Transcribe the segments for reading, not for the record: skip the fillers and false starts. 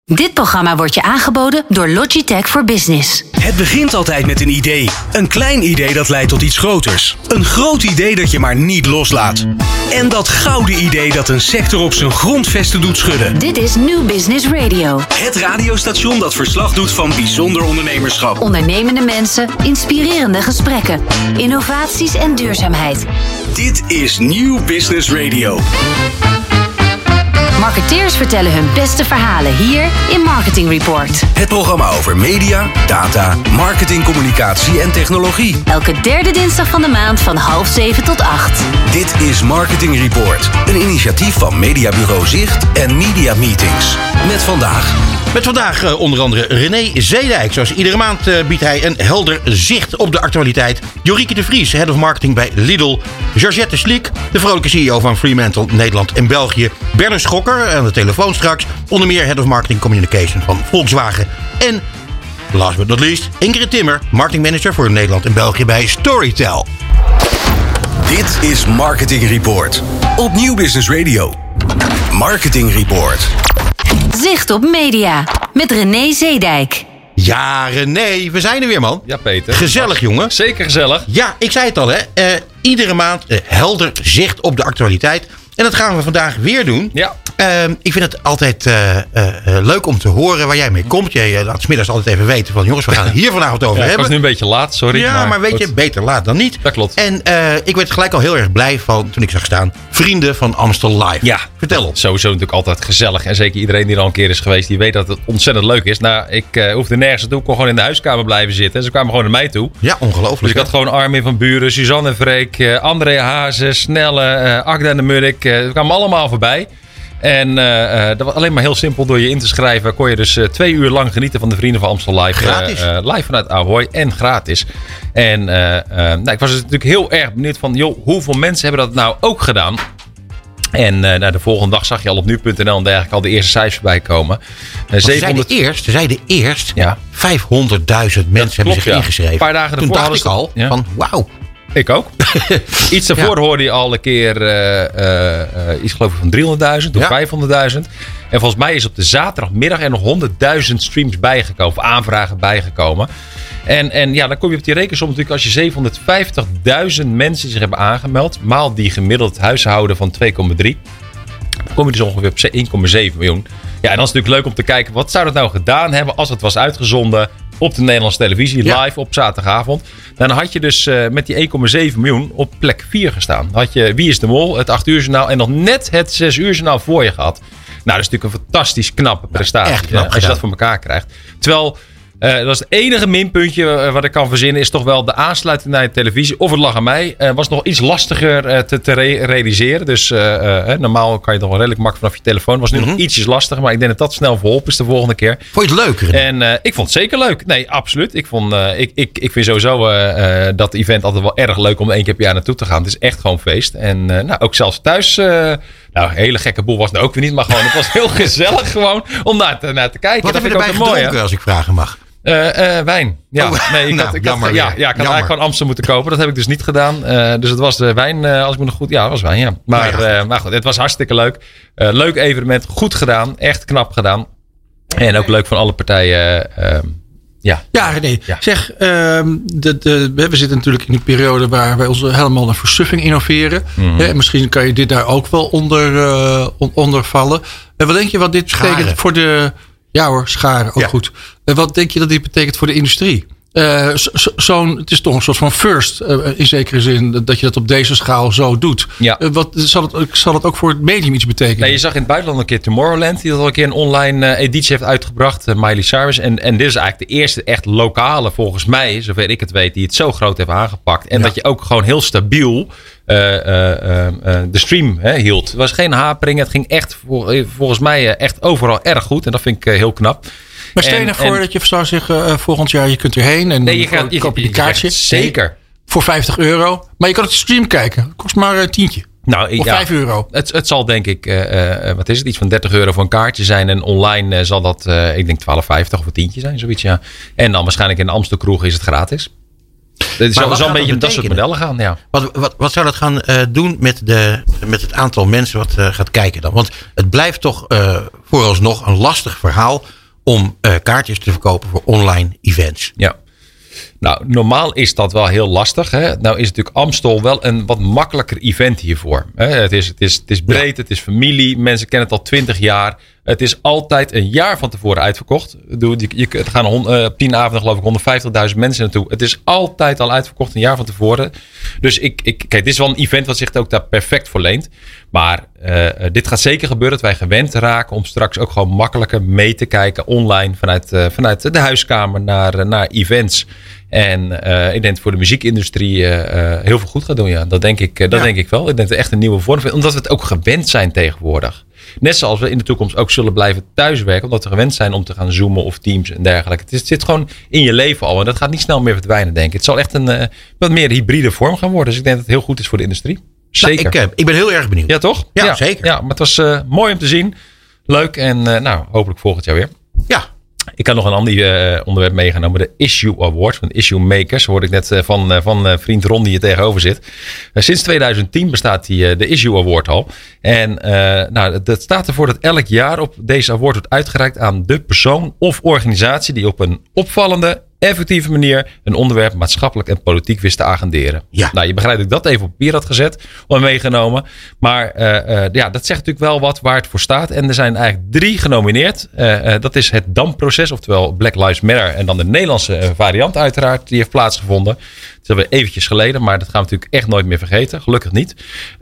Dit programma wordt je aangeboden door Logitech for Business. Het begint altijd met een idee. Een klein idee dat leidt tot iets groters. Een groot idee dat je maar niet loslaat. En dat gouden idee dat een sector op zijn grondvesten doet schudden. Dit is New Business Radio. Het radiostation dat verslag doet van bijzonder ondernemerschap. Ondernemende mensen, inspirerende gesprekken, innovaties en duurzaamheid. Dit is New Business Radio. Marketeers vertellen hun beste verhalen hier in Marketing Report. Het programma over media, data, marketing, communicatie en technologie. Elke derde dinsdag van de maand van 6:30 tot 8. Dit is Marketing Report. Een initiatief van Mediabureau Zicht en Media Meetings. Met vandaag Onder andere René Zeedijk. Zoals iedere maand biedt hij een helder zicht op de actualiteit. Jorieke de Vries, Head of Marketing bij Lidl. Georgette Sliek, de vrolijke CEO van Fremantle Nederland en België. Bernard Schokker, aan de telefoon straks. Onder meer Head of Marketing Communication van Volkswagen. En, last but not least, Ingrid Timmer, Marketing Manager voor Nederland en België bij Storytel. Dit is Marketing Report op Nieuw Business Radio. Marketing Report. Zicht op media met René Zeedijk. Ja, René, we zijn er weer, man. Ja, Peter. Gezellig, jongen. Zeker gezellig. Ja, ik zei het al, hè. Iedere maand helder zicht op de actualiteit. En dat gaan we vandaag weer doen. Ja. Ik vind het altijd leuk om te horen waar jij mee komt. Jij laat 's middags altijd even weten van... jongens, we gaan het hier vanavond over hebben. Ik was nu een beetje laat, sorry. Ja, maar weet je, beter laat dan niet. Dat klopt. En ik werd gelijk al heel erg blij van toen ik zag staan... Vrienden van Amstel Live. Ja, vertel ons. Sowieso natuurlijk altijd gezellig. En zeker iedereen die er al een keer is geweest... die weet dat het ontzettend leuk is. Nou, ik hoefde nergens naartoe. Ik kon gewoon in de huiskamer blijven zitten. En ze kwamen gewoon naar mij toe. Ja, ongelooflijk. Dus ik had gewoon Armin van Buren, Suzanne en Freek... André Hazen, Snelle, Agda en de Munnik. Ze kwamen allemaal voorbij. En dat was alleen maar heel simpel. Door je in te schrijven kon je dus 2 uur lang genieten van de Vrienden van Amstel Live. Gratis. Live vanuit Ahoy en gratis. En ik was dus natuurlijk heel erg benieuwd van... joh, hoeveel mensen hebben dat nou ook gedaan? En de volgende dag zag je al op nu.nl en dergelijke al de eerste cijfers voorbij komen. Ze zeiden eerst ja. 500.000 mensen hebben zich ingeschreven. Een paar dagen toen daarvoor dacht ik al van wauw. Ik ook. Iets daarvoor hoorde je al een keer iets geloof ik van 300.000 of 500.000. En volgens mij is op de zaterdagmiddag er nog 100.000 streams bijgekomen. Of aanvragen bijgekomen. En ja, dan kom je op die rekensom natuurlijk als je 750.000 mensen zich hebben aangemeld. Maal die gemiddeld huishouden van 2,3. Dan kom je dus ongeveer op 1,7 miljoen. Ja, en dan is het natuurlijk leuk om te kijken. Wat zou dat nou gedaan hebben als het was uitgezonden op de Nederlandse televisie, live op zaterdagavond. Dan had je dus met die 1,7 miljoen op plek 4 gestaan. Dan had je Wie is de Mol, het 8 uur journaal en nog net het 6 uur journaal voor je gehad. Nou, dat is natuurlijk een fantastisch knappe prestatie. Echt knap als je dat voor elkaar krijgt. Terwijl... dat is het enige minpuntje wat ik kan verzinnen. Is toch wel de aansluiting naar de televisie. Of het lag aan mij. Was nog iets lastiger te realiseren. Dus normaal kan je toch wel redelijk makkelijk vanaf je telefoon. Was nu nog ietsjes lastiger. Maar ik denk dat dat snel verholpen is de volgende keer. Vond je het leuker? En ik vond het zeker leuk. Nee, absoluut. Ik vind sowieso dat event altijd wel erg leuk om 1 keer per jaar naartoe te gaan. Het is echt gewoon feest. En ook zelfs thuis... een hele gekke boel was het ook weer niet. Maar gewoon, het was heel gezellig gewoon om naar te kijken. Wat heb je erbij gedronken, als ik vragen mag? Wijn. Ja, ik had eigenlijk gewoon Amstel moeten kopen. Dat heb ik dus niet gedaan. Dus het was de wijn, als ik me nog goed... Ja, het was wijn, ja. Maar goed, het was hartstikke leuk. Leuk evenement, goed gedaan. Echt knap gedaan. En ook leuk van alle partijen. Ja, René. Ja. Zeg, we zitten natuurlijk in een periode waar wij ons helemaal naar versuffing innoveren. En misschien kan je dit daar ook wel onder vallen. En wat denk je wat dit betekent voor de... Ja hoor, scharen, ook goed. Wat denk je dat dit betekent voor de industrie? Het is toch een soort van first, in zekere zin, dat je dat op deze schaal zo doet. Ja. Zal het ook voor het medium iets betekenen? Nee, je zag in het buitenland een keer Tomorrowland, die dat al een keer een online editie heeft uitgebracht, Miley Cyrus. En dit is eigenlijk de eerste echt lokale, volgens mij, zover ik het weet, die het zo groot heeft aangepakt. En dat je ook gewoon heel stabiel de stream hield. Er was geen hapering, het ging echt volgens mij echt overal erg goed. En dat vind ik heel knap. Maar stel je nou voor dat je zou zeggen, volgend jaar je kunt erheen en dan koop je die kaartje. Zeker. Voor €50. Maar je kan het stream kijken. Het kost maar een tientje. Of €5. Het zal denk ik, wat is het, iets van €30 voor een kaartje zijn. En online zal dat, ik denk 12,50 of een tientje zijn, zoiets, ja. En dan waarschijnlijk in de Amstelkroeg is het gratis. Het zal een beetje met dat soort modellen gaan, ja. Wat zou dat gaan doen met het aantal mensen wat gaat kijken dan? Want het blijft toch vooralsnog een lastig verhaal om kaartjes te verkopen voor online events? Ja. Nou, normaal is dat wel heel lastig. Hè? Nou is natuurlijk Amstel wel een wat makkelijker event hiervoor. Het is breed, het is familie. Mensen kennen het al 20 jaar. Het is altijd een jaar van tevoren uitverkocht. Er gaan op 10 avonden geloof ik 150.000 mensen naartoe. Het is altijd al uitverkocht een jaar van tevoren. Dus kijk, dit is wel een event wat zich ook daar perfect voor leent. Maar dit gaat zeker gebeuren dat wij gewend raken om straks ook gewoon makkelijker mee te kijken online vanuit de huiskamer naar events. En ik denk dat voor de muziekindustrie heel veel goed gaat doen. Ja. Dat denk ik wel. Ik denk dat het echt een nieuwe vorm is. Omdat we het ook gewend zijn tegenwoordig. Net zoals we in de toekomst ook zullen blijven thuiswerken. Omdat we gewend zijn om te gaan zoomen of Teams en dergelijke. Het zit gewoon in je leven al. En dat gaat niet snel meer verdwijnen, denk ik. Het zal echt een wat meer hybride vorm gaan worden. Dus ik denk dat het heel goed is voor de industrie. Zeker. Nou, ik ben heel erg benieuwd. Ja, toch? Ja, zeker. Ja, maar het was mooi om te zien. Leuk. En hopelijk volgend jaar weer. Ja. Ik had nog een ander onderwerp meegenomen. De Issue Award van Issue Makers. Hoorde ik net van vriend Ron die hier tegenover zit. Sinds 2010 bestaat de Issue Award al. En dat staat ervoor dat elk jaar op deze award wordt uitgereikt aan de persoon of organisatie die op een opvallende, effectieve manier een onderwerp maatschappelijk en politiek wist te agenderen. Ja. Nou, je begrijpt dat ik dat even op papier had gezet of meegenomen. Maar dat zegt natuurlijk wel wat waar het voor staat. En er zijn eigenlijk 3 genomineerd. Dat is het DAM-proces, oftewel Black Lives Matter. En dan de Nederlandse variant uiteraard, die heeft plaatsgevonden. Dat hebben we eventjes geleden, maar dat gaan we natuurlijk echt nooit meer vergeten. Gelukkig niet.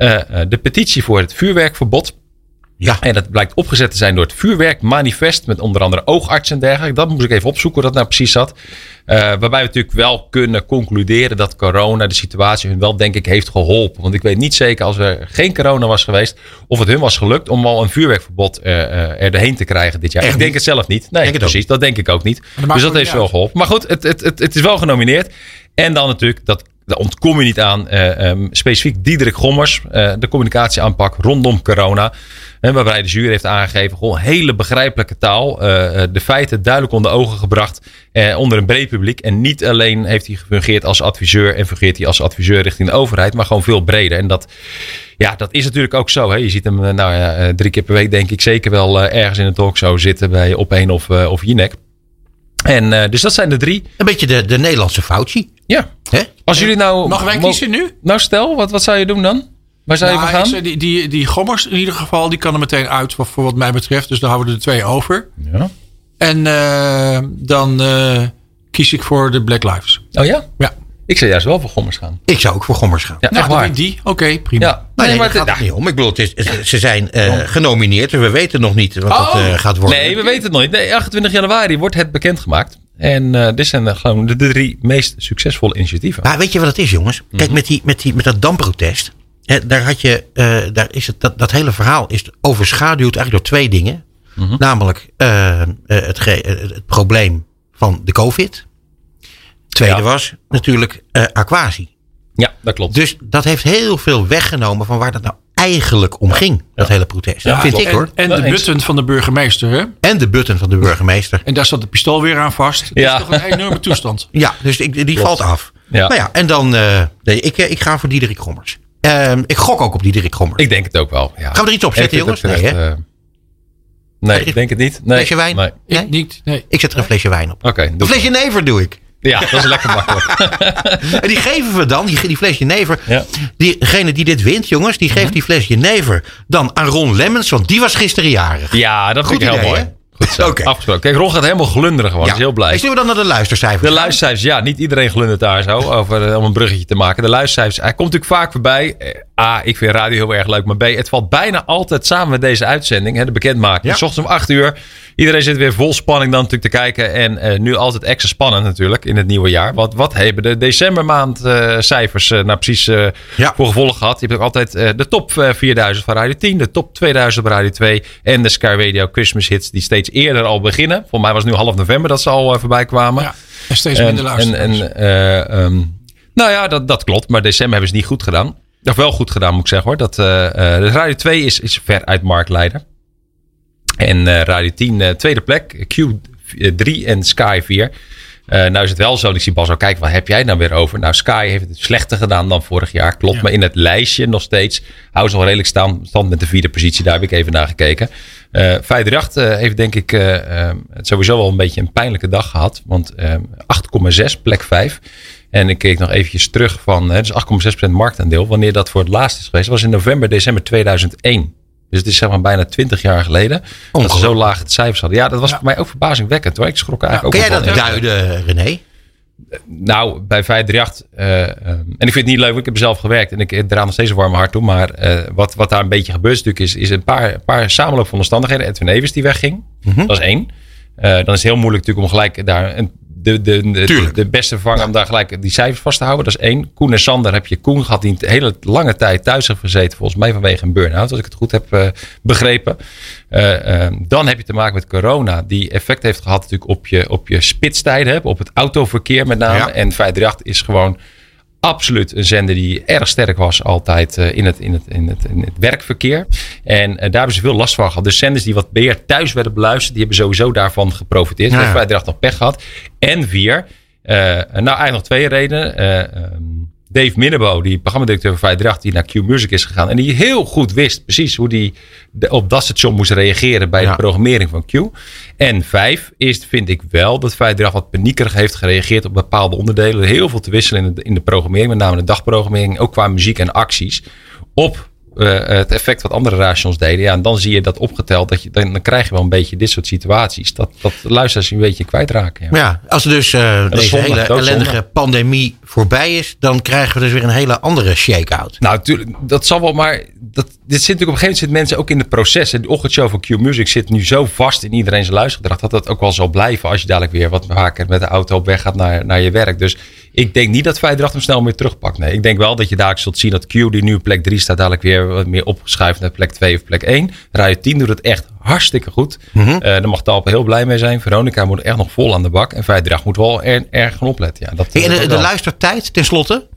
De petitie voor het vuurwerkverbod. Ja. En dat blijkt opgezet te zijn door het vuurwerkmanifest. Met onder andere oogartsen en dergelijke. Dat moest ik even opzoeken hoe dat nou precies zat. Waarbij we natuurlijk wel kunnen concluderen dat corona de situatie hun wel denk ik heeft geholpen. Want ik weet niet zeker als er geen corona was geweest. Of het hun was gelukt om al een vuurwerkverbod er doorheen te krijgen dit jaar. Ik denk het zelf niet. Nee, precies. Dat denk ik ook niet. Dus dat heeft wel geholpen. Maar goed, het is wel genomineerd. En dan natuurlijk daar ontkom je niet aan. Specifiek Diederik Gommers. De communicatieaanpak rondom corona. Waarbij de jury heeft aangegeven. Gewoon hele begrijpelijke taal. De feiten duidelijk onder ogen gebracht. Onder een breed publiek. En niet alleen heeft hij gefungeerd als adviseur. En fungeert hij als adviseur richting de overheid. Maar gewoon veel breder. En dat is natuurlijk ook zo. Hè. Je ziet hem 3 keer per week denk ik zeker wel ergens in een talkshow zitten. Bij Op1 of Jinek. En dus dat zijn de 3. Een beetje de Nederlandse Fauci. Ja. Hè? Als jullie nou... Mag wij kiezen nu? Nou stel, wat zou je doen dan? Waar zou je voor gaan? Die Gommers in ieder geval, die kan er meteen uit voor wat mij betreft. Dus dan houden we er 2 over. Ja. En dan kies ik voor de Black Lives. Oh ja? Ja. Ik zou juist wel voor Gommers gaan. Ik zou ook voor Gommers gaan. Ja, echt waar. Die? Oké, prima. Ja. Nee, maar het gaat niet om. Ik bedoel, ze zijn genomineerd. We weten nog niet wat het gaat worden. Nee, we weten het nog niet. Nee, 28 januari wordt het bekendgemaakt. En dit zijn gewoon de 3 meest succesvolle initiatieven. Maar weet je wat het is, jongens? Kijk, met dat DAM-protest. Daar had je, dat hele verhaal is overschaduwd eigenlijk door 2 dingen. Namelijk het probleem van de COVID. Tweede was natuurlijk Aquasi. Ja, dat klopt. Dus dat heeft heel veel weggenomen van waar dat nou eigenlijk om ging. Dat hele protest. Ja, vind ik hoor. En de button van de burgemeester. Hè? En de button van de burgemeester. En daar zat de pistool weer aan vast. Dat is toch een enorme toestand. Ja, dus die valt af. Ja. Nou ja, en dan ik ga voor Diederik Gommers. Ik gok ook op Diederik Gommers. Ik denk het ook wel. Ja. Gaan we er iets op zetten, jongens? Nee, ik denk het niet. Nee. Flesje wijn? Nee. Ik niet. Nee. Ik zet er een flesje wijn op. Oké. Een flesje Jenever doe ik. Ja, dat is lekker makkelijk. En die geven we dan, die fles Jenever. Ja. Diegene die dit wint, jongens, die geeft die fles Jenever dan aan Ron Lemmens. Want die was gisteren jarig. Ja, dat vind ik heel mooi. Goed zo, afgesproken. Kijk, Ron gaat helemaal glunderen gewoon. Ja. Is heel blij. En zullen we dan naar de luistercijfers? De luistercijfers, ja. Niet iedereen glundert daar zo. Om een bruggetje te maken. De luistercijfers. Hij komt natuurlijk vaak voorbij. A, ik vind radio heel erg leuk. Maar B, het valt bijna altijd samen met deze uitzending. De bekendmaking. Ja. 's Ochtends om 8 uur. Iedereen zit weer vol spanning dan natuurlijk te kijken. En nu altijd extra spannend natuurlijk in het nieuwe jaar. Wat hebben de decembermaand cijfers nou precies voor gevolg gehad? Je hebt ook altijd de top 4000 van Radio 10. De top 2000 bij Radio 2. En de Sky Radio Christmas hits die steeds eerder al beginnen. Voor mij was het nu half november dat ze al voorbij kwamen. Ja, en steeds minder luisteraars. Nou ja, dat klopt. Maar december hebben ze niet goed gedaan. Of wel goed gedaan moet ik zeggen hoor. De Radio 2 is veruit marktleider. En Radio 10 tweede plek. Q3 en Sky 4. Nou is het wel zo. Ik zie Bas al kijken. Wat heb jij nou weer over? Nou Sky heeft het slechter gedaan dan vorig jaar. Klopt. Ja. Maar in het lijstje nog steeds. Houden ze nog redelijk stand met de 4e positie. Daar heb ik even naar gekeken. 538 heeft denk ik het sowieso wel een beetje een pijnlijke dag gehad. Want 8,6, plek 5. En ik keek nog eventjes terug van, dus 8,6% marktaandeel. Wanneer dat voor het laatst is geweest, dat was in november, december 2001. Dus het is zeg maar bijna 20 jaar geleden dat ze zo laag het cijfers hadden. Ja, dat was voor mij ook verbazingwekkend hoor. Ik schrok er eigenlijk ook van. Kun jij dat duiden, René? Nou, bij 538, en ik vind het niet leuk, want ik heb er zelf gewerkt en ik draai nog steeds een warme hart toe. Maar wat daar een beetje gebeurt natuurlijk is een paar samenloop van omstandigheden. Edwin Evers die wegging, dat is 1. Dan is het heel moeilijk natuurlijk om gelijk daar de beste vervanger om daar gelijk die cijfers vast te houden. Dat is 1. Koen en Sander heb je Koen gehad die een hele lange tijd thuis heeft gezeten. Volgens mij vanwege een burn-out, als ik het goed heb begrepen. Dan heb je te maken met corona. Die effect heeft gehad natuurlijk op je spitstijden. Op het autoverkeer met name. Ja. En 538 is gewoon absoluut een zender die erg sterk was altijd in het werkverkeer. En daar hebben ze veel last van gehad. Dus zenders die wat meer thuis werden beluisterd, die hebben sowieso daarvan geprofiteerd. Ja. 538 nog pech gehad. En 4, eigenlijk nog 2 redenen. Dave Minnebo, die programmadirecteur van 538, die naar Q-Music is gegaan. En die heel goed wist precies hoe die op dat station moest reageren bij de programmering van Q. En 5 is, vind ik wel, dat 538 wat paniekerig heeft gereageerd op bepaalde onderdelen. Heel veel te wisselen in de programmering, met name de dagprogrammering, ook qua muziek en acties. Op het effect wat andere stations deden. Ja, en dan zie je dat opgeteld, dan krijg je wel een beetje dit soort situaties. Dat luisteraars een beetje kwijtraken. Ja, als er dus deze hele ellendige pandemie voorbij is, dan krijgen we dus weer een hele andere shake-out. Nou, natuurlijk, dat zal wel, maar dit zit natuurlijk op een gegeven moment zitten mensen ook in de processen. De ochtendshow van Q-Music zit nu zo vast in iedereen zijn luistergedrag dat ook wel zal blijven als je dadelijk weer wat vaker met de auto op weg gaat naar je werk. Dus ik denk niet dat 538 hem snel meer terugpakt. Nee, ik denk wel dat je dadelijk zult zien dat Q, die nu op plek 3 staat, dadelijk weer wat meer opgeschuift naar plek 2 of plek 1. Radio 10 doet het echt hartstikke goed. Daar mag Talpa heel blij mee zijn. Veronica moet echt nog vol aan de bak. En 538 moet wel erg gaan opletten. Ja, en de luistertijd tenslotte?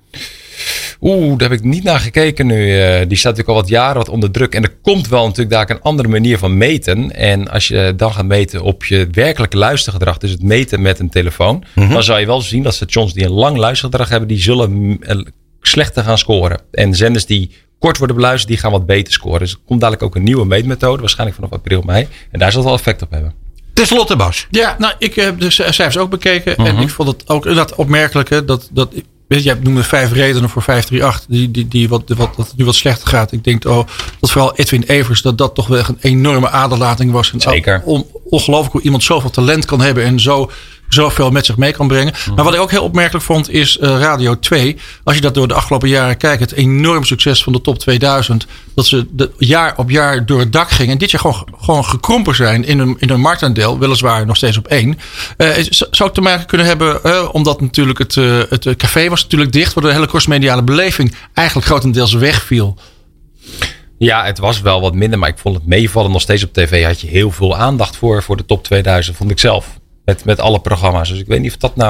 Daar heb ik niet naar gekeken nu. Die staat natuurlijk al wat jaren wat onder druk. En er komt wel natuurlijk daar een andere manier van meten. En als je dan gaat meten op je werkelijke luistergedrag, dus het meten met een telefoon, dan zal je wel zien dat stations die een lang luistergedrag hebben, die zullen slechter gaan scoren. En zenders die kort worden beluisterd, die gaan wat beter scoren. Dus er komt dadelijk ook een nieuwe meetmethode, waarschijnlijk vanaf april, mei. En daar zal het wel effect op hebben. Ten slotte, Bas. Ja, nou, ik heb de cijfers ook bekeken. En ik vond het ook inderdaad opmerkelijk. Hè, dat jij noemde 5 redenen voor 538 die dat het nu wat slechter gaat. Ik denk dat vooral Edwin Evers, dat toch wel echt een enorme aderlating was. En zeker. Ongelooflijk hoe iemand zoveel talent kan hebben en zoveel met zich mee kan brengen. Maar wat ik ook heel opmerkelijk vond is Radio 2. Als je dat door de afgelopen jaren kijkt, het enorm succes van de top 2000. Dat ze jaar op jaar door het dak gingen. En dit jaar gewoon gekrompen zijn in een marktaandeel. Weliswaar nog steeds op 1. Zou ik te maken kunnen hebben, omdat natuurlijk het café was natuurlijk dicht. Waardoor de hele crossmediale beleving eigenlijk grotendeels wegviel. Ja, het was wel wat minder, maar ik vond het meevallen. Nog steeds op tv had je heel veel aandacht voor de top 2000, vond ik zelf. Met alle programma's. Dus ik weet niet of dat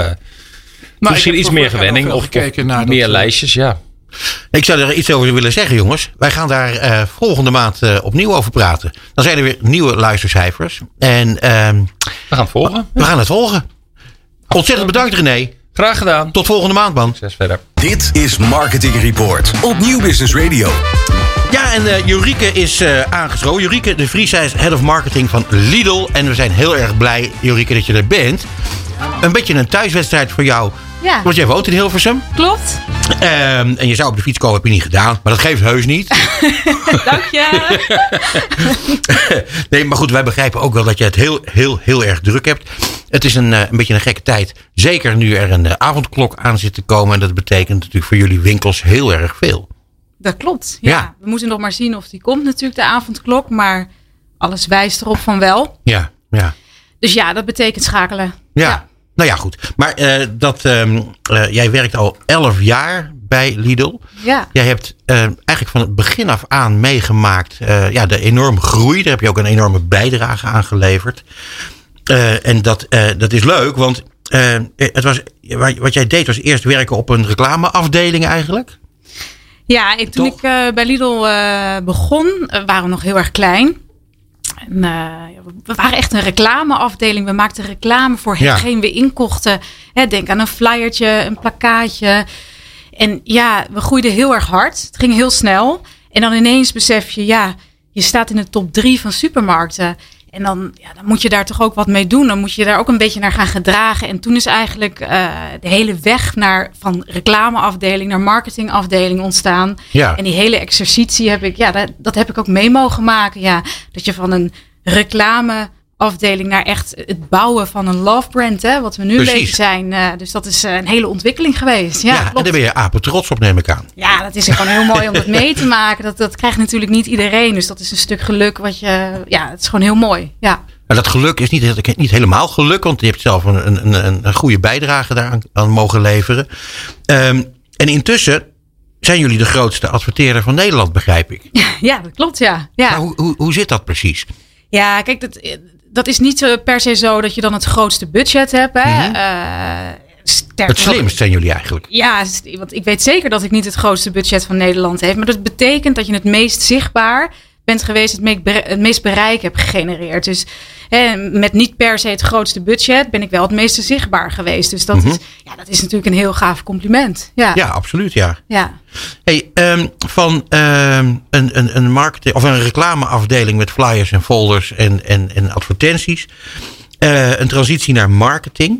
misschien iets meer gewenning of meer lijstjes, ja. Ik zou er iets over willen zeggen, jongens. Wij gaan daar volgende maand opnieuw over praten. Dan zijn er weer nieuwe luistercijfers. En we gaan het volgen. We gaan het volgen. Ontzettend bedankt, René. Graag gedaan. Tot volgende maand, man. Succes verder. Dit is Marketing Report op Nieuw Business Radio. Ja, en Jorike is aangeschoven. Jorike de Vries, zij is Head of Marketing van Lidl. En we zijn heel erg blij, Jorike, dat je er bent. Een beetje een thuiswedstrijd voor jou. Ja. Want jij woont in Hilversum. Klopt. En je zou op de fiets komen, heb je niet gedaan. Maar dat geeft heus niet. Dank je. Nee, maar goed, wij begrijpen ook wel dat je het heel erg druk hebt. Het is een beetje een gekke tijd. Zeker nu er een avondklok aan zit te komen. En dat betekent natuurlijk voor jullie winkels heel erg veel. Dat klopt. Ja. We moeten nog maar zien of die komt natuurlijk, de avondklok. Maar alles wijst erop van wel. Ja. Dus ja, dat betekent schakelen. Ja. Nou ja, goed. Maar jij werkt al 11 jaar bij Lidl. Ja. Jij hebt eigenlijk van het begin af aan meegemaakt de enorme groei. Daar heb je ook een enorme bijdrage aan geleverd. En dat is leuk, want wat jij deed was eerst werken op een reclameafdeling eigenlijk. Ja, toen ik bij Lidl begon, waren we nog heel erg klein. En, we waren echt een reclameafdeling. We maakten reclame voor hetgeen we inkochten. Denk aan een flyertje, een plakkaatje. En ja, we groeiden heel erg hard. Het ging heel snel. En dan ineens besef je, je staat in de top 3 van supermarkten. En dan moet je daar toch ook wat mee doen. Dan moet je daar ook een beetje naar gaan gedragen. En toen is eigenlijk de hele weg van reclameafdeling naar marketingafdeling ontstaan. Ja. En die hele exercitie heb ik, dat heb ik ook mee mogen maken. Ja, dat je van een reclameafdeling naar echt het bouwen van een love brand, hè, wat we nu bezig zijn. Dus dat is een hele ontwikkeling geweest. Ja, en daar ben je apen trots op, neem ik aan. Ja, dat is gewoon heel mooi om dat mee te maken. Dat krijgt natuurlijk niet iedereen. Dus dat is een stuk geluk het is gewoon heel mooi. Ja. Maar dat geluk is niet helemaal geluk, want je hebt zelf een goede bijdrage daaraan mogen leveren. En intussen zijn jullie de grootste adverteerder van Nederland, begrijp ik. Ja, dat klopt, ja. Maar hoe zit dat precies? Ja, kijk, dat is niet per se zo dat je dan het grootste budget hebt. Hè? Mm-hmm. Het slimst zijn jullie eigenlijk. Ja, want ik weet zeker dat ik niet het grootste budget van Nederland heb. Maar dat betekent dat je het meest zichtbaar bent geweest, het meest bereik hebt gegenereerd. Dus met niet per se het grootste budget ben ik wel het meeste zichtbaar geweest. Dus dat is natuurlijk een heel gaaf compliment. Ja, absoluut, ja. Hey, van een marketing of een reclameafdeling met flyers en folders en advertenties, een transitie naar marketing.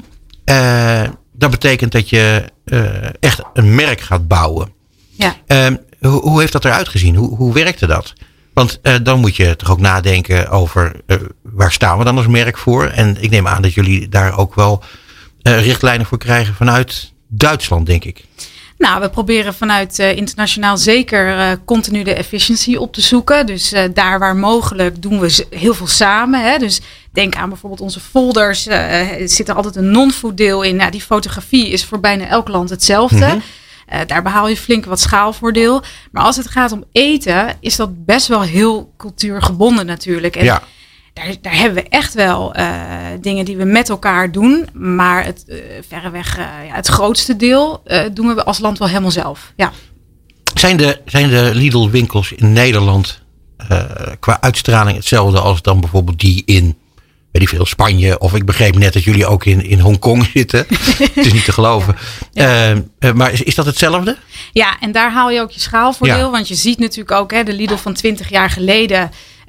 Dat betekent dat je echt een merk gaat bouwen. Ja. Hoe heeft dat eruit gezien? Hoe werkte dat? Want dan moet je toch ook nadenken over waar staan we dan als merk voor? En ik neem aan dat jullie daar ook wel richtlijnen voor krijgen vanuit Duitsland, denk ik. Nou, we proberen vanuit internationaal zeker continu de efficiëntie op te zoeken. Dus daar waar mogelijk doen we heel veel samen. Hè? Dus denk aan bijvoorbeeld onze folders. Er zit er altijd een non-food deel in. Nou, die fotografie is voor bijna elk land hetzelfde. Mm-hmm. Daar behaal je flink wat schaalvoordeel. Maar als het gaat om eten, is dat best wel heel cultuurgebonden natuurlijk. En daar hebben we echt wel dingen die we met elkaar doen. Maar verreweg het grootste deel doen we als land wel helemaal zelf. Ja. Zijn de Lidl-winkels in Nederland qua uitstraling hetzelfde als dan bijvoorbeeld die in Spanje? Of ik begreep net dat jullie ook in Hongkong zitten. Het is niet te geloven. Maar is dat hetzelfde? Ja, en daar haal je ook je schaalvoordeel. Ja. Want je ziet natuurlijk ook de Lidl van 20 jaar geleden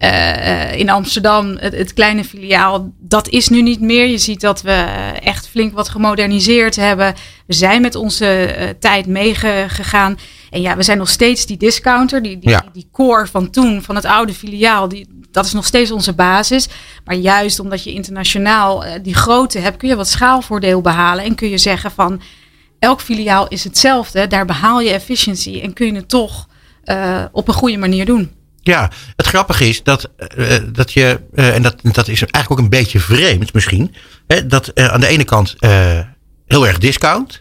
in Amsterdam, het kleine filiaal, dat is nu niet meer. Je ziet dat we echt flink wat gemoderniseerd hebben. We zijn met onze tijd meegegaan. En we zijn nog steeds die discounter, die core van toen, van het oude filiaal, dat is nog steeds onze basis. Maar juist omdat je internationaal die grootte hebt, kun je wat schaalvoordeel behalen. En kun je zeggen van elk filiaal is hetzelfde. Daar behaal je efficiëntie en kun je het toch op een goede manier doen. Ja, het grappige is dat je, en dat is eigenlijk ook een beetje vreemd misschien, dat aan de ene kant heel erg discount,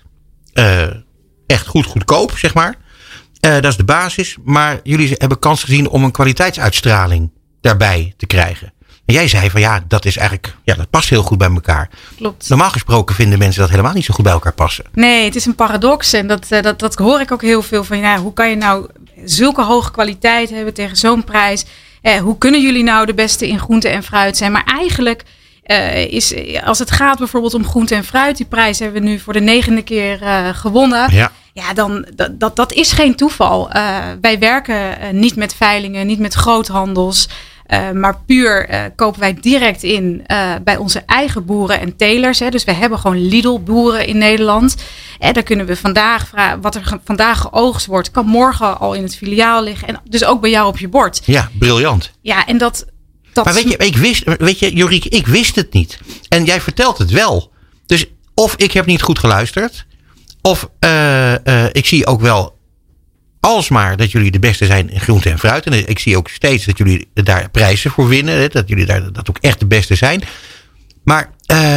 echt goedkoop, zeg maar. Dat is de basis, maar jullie hebben kans gezien om een kwaliteitsuitstraling daarbij te krijgen. En jij zei van dat is eigenlijk, dat past heel goed bij elkaar. Klopt. Normaal gesproken vinden mensen dat helemaal niet zo goed bij elkaar passen. Nee, het is een paradox en dat hoor ik ook heel veel van. Hoe kan je nou zulke hoge kwaliteit hebben tegen zo'n prijs? Hoe kunnen jullie nou de beste in groente en fruit zijn? Maar eigenlijk als het gaat bijvoorbeeld om groente en fruit, die prijs hebben we nu voor de 9e keer gewonnen. Ja, dan dat is geen toeval. Wij werken niet met veilingen, niet met groothandels. Maar puur kopen wij direct in bij onze eigen boeren en telers. Dus we hebben gewoon Lidl-boeren in Nederland. Daar kunnen we vandaag vragen, wat er vandaag geoogst wordt, kan morgen al in het filiaal liggen. En dus ook bij jou op je bord. Ja, briljant. Ja, en dat maar weet je, Jorieke, ik wist het niet. En jij vertelt het wel. Dus of ik heb niet goed geluisterd, of ik zie ook wel alsmaar dat jullie de beste zijn in groente en fruit. En ik zie ook steeds dat jullie daar prijzen voor winnen. Dat jullie dat ook echt de beste zijn. Maar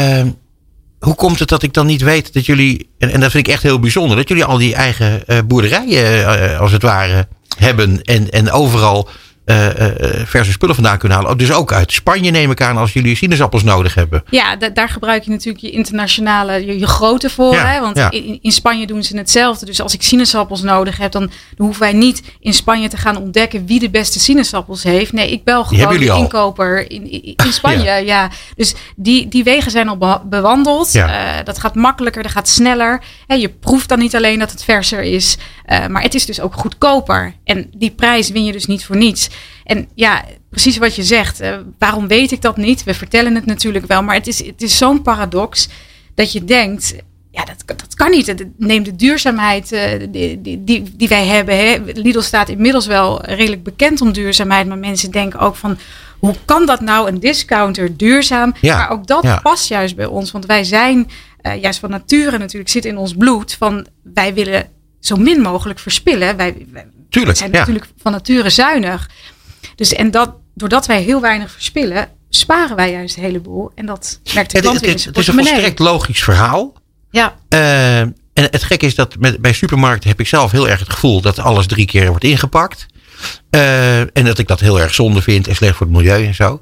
hoe komt het dat ik dan niet weet dat jullie, en dat vind ik echt heel bijzonder, dat jullie al die eigen boerderijen als het ware hebben en overal verse spullen vandaan kunnen halen. Dus ook uit Spanje neem ik aan als jullie sinaasappels nodig hebben. Ja, daar gebruik je natuurlijk je internationale, je grootte voor. Ja, hè? Want in Spanje doen ze hetzelfde. Dus als ik sinaasappels nodig heb, dan hoeven wij niet in Spanje te gaan ontdekken wie de beste sinaasappels heeft. Nee, ik bel gewoon de inkoper in Spanje. Ja. Dus die wegen zijn al bewandeld. Ja. Dat gaat makkelijker, dat gaat sneller. Je proeft dan niet alleen dat het verser is. Maar het is dus ook goedkoper. En die prijs win je dus niet voor niets. En precies wat je zegt. Waarom weet ik dat niet? We vertellen het natuurlijk wel. Maar het is zo'n paradox dat je denkt... Ja, dat kan niet. Neem de duurzaamheid die wij hebben. Hè. Lidl staat inmiddels wel redelijk bekend om duurzaamheid. Maar mensen denken ook van... Hoe kan dat nou, een discounter duurzaam? Ja, maar ook dat past juist bij ons. Want wij zijn juist van nature natuurlijk... zit in ons bloed van... wij willen zo min mogelijk verspillen. Wij zijn natuurlijk van nature zuinig. Dus doordat wij heel weinig verspillen... sparen wij juist een heleboel. En dat merkt de klant weer in zijn portemonnee. Het is een volstrekt logisch verhaal. Ja. En het gekke is dat bij supermarkten heb ik zelf heel erg het gevoel dat alles 3 keer wordt ingepakt. En dat ik dat heel erg zonde vind en slecht voor het milieu en zo.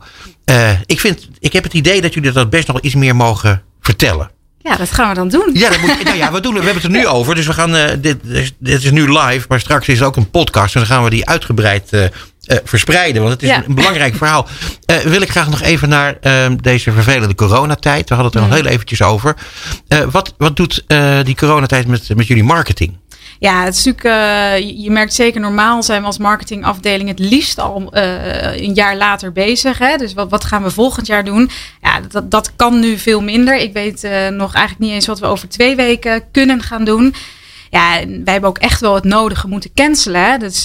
Ik heb het idee dat jullie dat best nog iets meer mogen vertellen. Ja, dat gaan we dan doen. Ja, we hebben het er nu over. Dus we gaan, dit is nu live, maar straks is het ook een podcast. En dan gaan we die uitgebreid verspreiden. Want het is een belangrijk verhaal. Wil ik graag nog even naar deze vervelende coronatijd. We hadden het er al heel eventjes over. Wat doet die coronatijd met jullie marketing? Ja, het is natuurlijk, je merkt zeker normaal zijn we als marketingafdeling het liefst al een jaar later bezig. Hè? Dus wat gaan we volgend jaar doen? Ja, dat kan nu veel minder. Ik weet nog eigenlijk niet eens wat we over 2 weken kunnen gaan doen. Ja, wij hebben ook echt wel het nodige moeten cancelen. Hè? Dus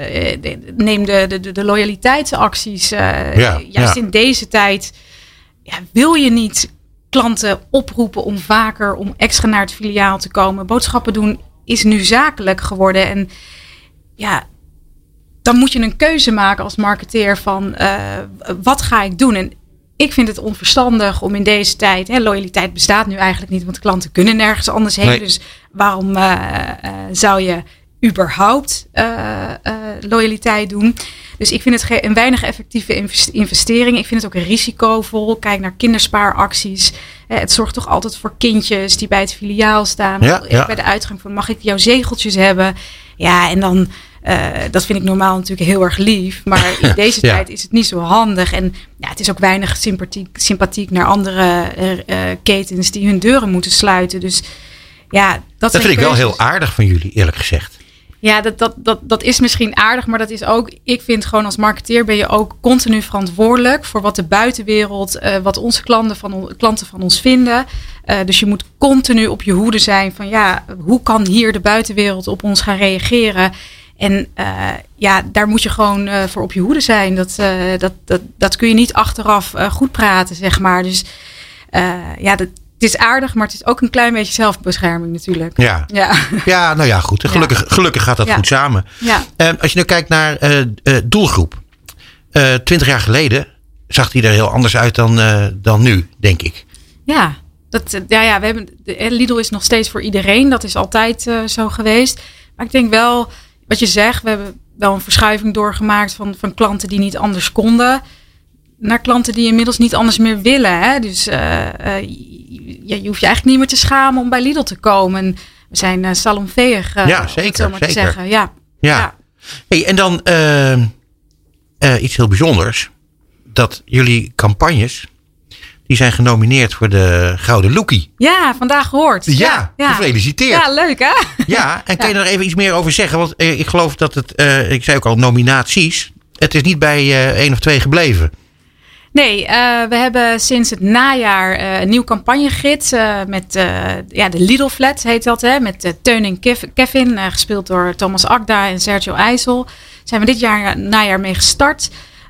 neem de loyaliteitsacties. Juist in deze tijd wil je niet klanten oproepen om extra naar het filiaal te komen. Boodschappen doen is nu zakelijk geworden. En ja, dan moet je een keuze maken als marketeer van wat ga ik doen? En ik vind het onverstandig om in deze tijd... loyaliteit bestaat nu eigenlijk niet, want klanten kunnen nergens anders heen. Nee. Dus waarom zou je überhaupt loyaliteit doen? Dus ik vind het een weinig effectieve investering. Ik vind het ook risicovol. Kijk naar kinderspaaracties. Het zorgt toch altijd voor kindjes die bij het filiaal staan. Bij de uitgang van mag ik jouw zegeltjes hebben? Ja, en dan... dat vind ik normaal natuurlijk heel erg lief. Maar in deze tijd is het niet zo handig. En het is ook weinig sympathiek naar andere ketens die hun deuren moeten sluiten. Dus dat vind ik wel heel aardig van jullie, eerlijk gezegd. Ja, dat is misschien aardig, maar dat is ook... Ik vind gewoon als marketeer ben je ook continu verantwoordelijk... voor wat de buitenwereld, wat onze klanten van ons vinden. Dus je moet continu op je hoede zijn van... hoe kan hier de buitenwereld op ons gaan reageren? En daar moet je gewoon voor op je hoede zijn. Dat kun je niet achteraf goed praten, zeg maar. Dus het is aardig, maar het is ook een klein beetje zelfbescherming natuurlijk. Ja, nou ja, goed. Gelukkig gaat dat goed samen. Ja. Als je nu kijkt naar doelgroep. 20 jaar geleden zag die er heel anders uit dan nu, denk ik. Ja, we hebben, Lidl is nog steeds voor iedereen. Dat is altijd zo geweest. Maar ik denk wel, wat je zegt, we hebben wel een verschuiving doorgemaakt van klanten die niet anders konden. Naar klanten die inmiddels niet anders meer willen. Hè? Dus je hoeft je eigenlijk niet meer te schamen om bij Lidl te komen. We zijn salonveeg, zeker. Te zeggen. Ja. Hey, en dan iets heel bijzonders. Dat jullie campagnes, die zijn genomineerd voor de Gouden Lookie. Ja, vandaag gehoord. Ja, gefeliciteerd. Ja, leuk hè? Ja, en kan je er even iets meer over zeggen? Want ik geloof dat ik zei ook al, nominaties. Het is niet bij 1 of 2 gebleven. Nee, we hebben sinds het najaar een nieuw campagnegids met de Lidl Flat heet dat. Hè, met Teun en Kevin, gespeeld door Thomas Akda en Sergio IJssel. Zijn we dit najaar mee gestart.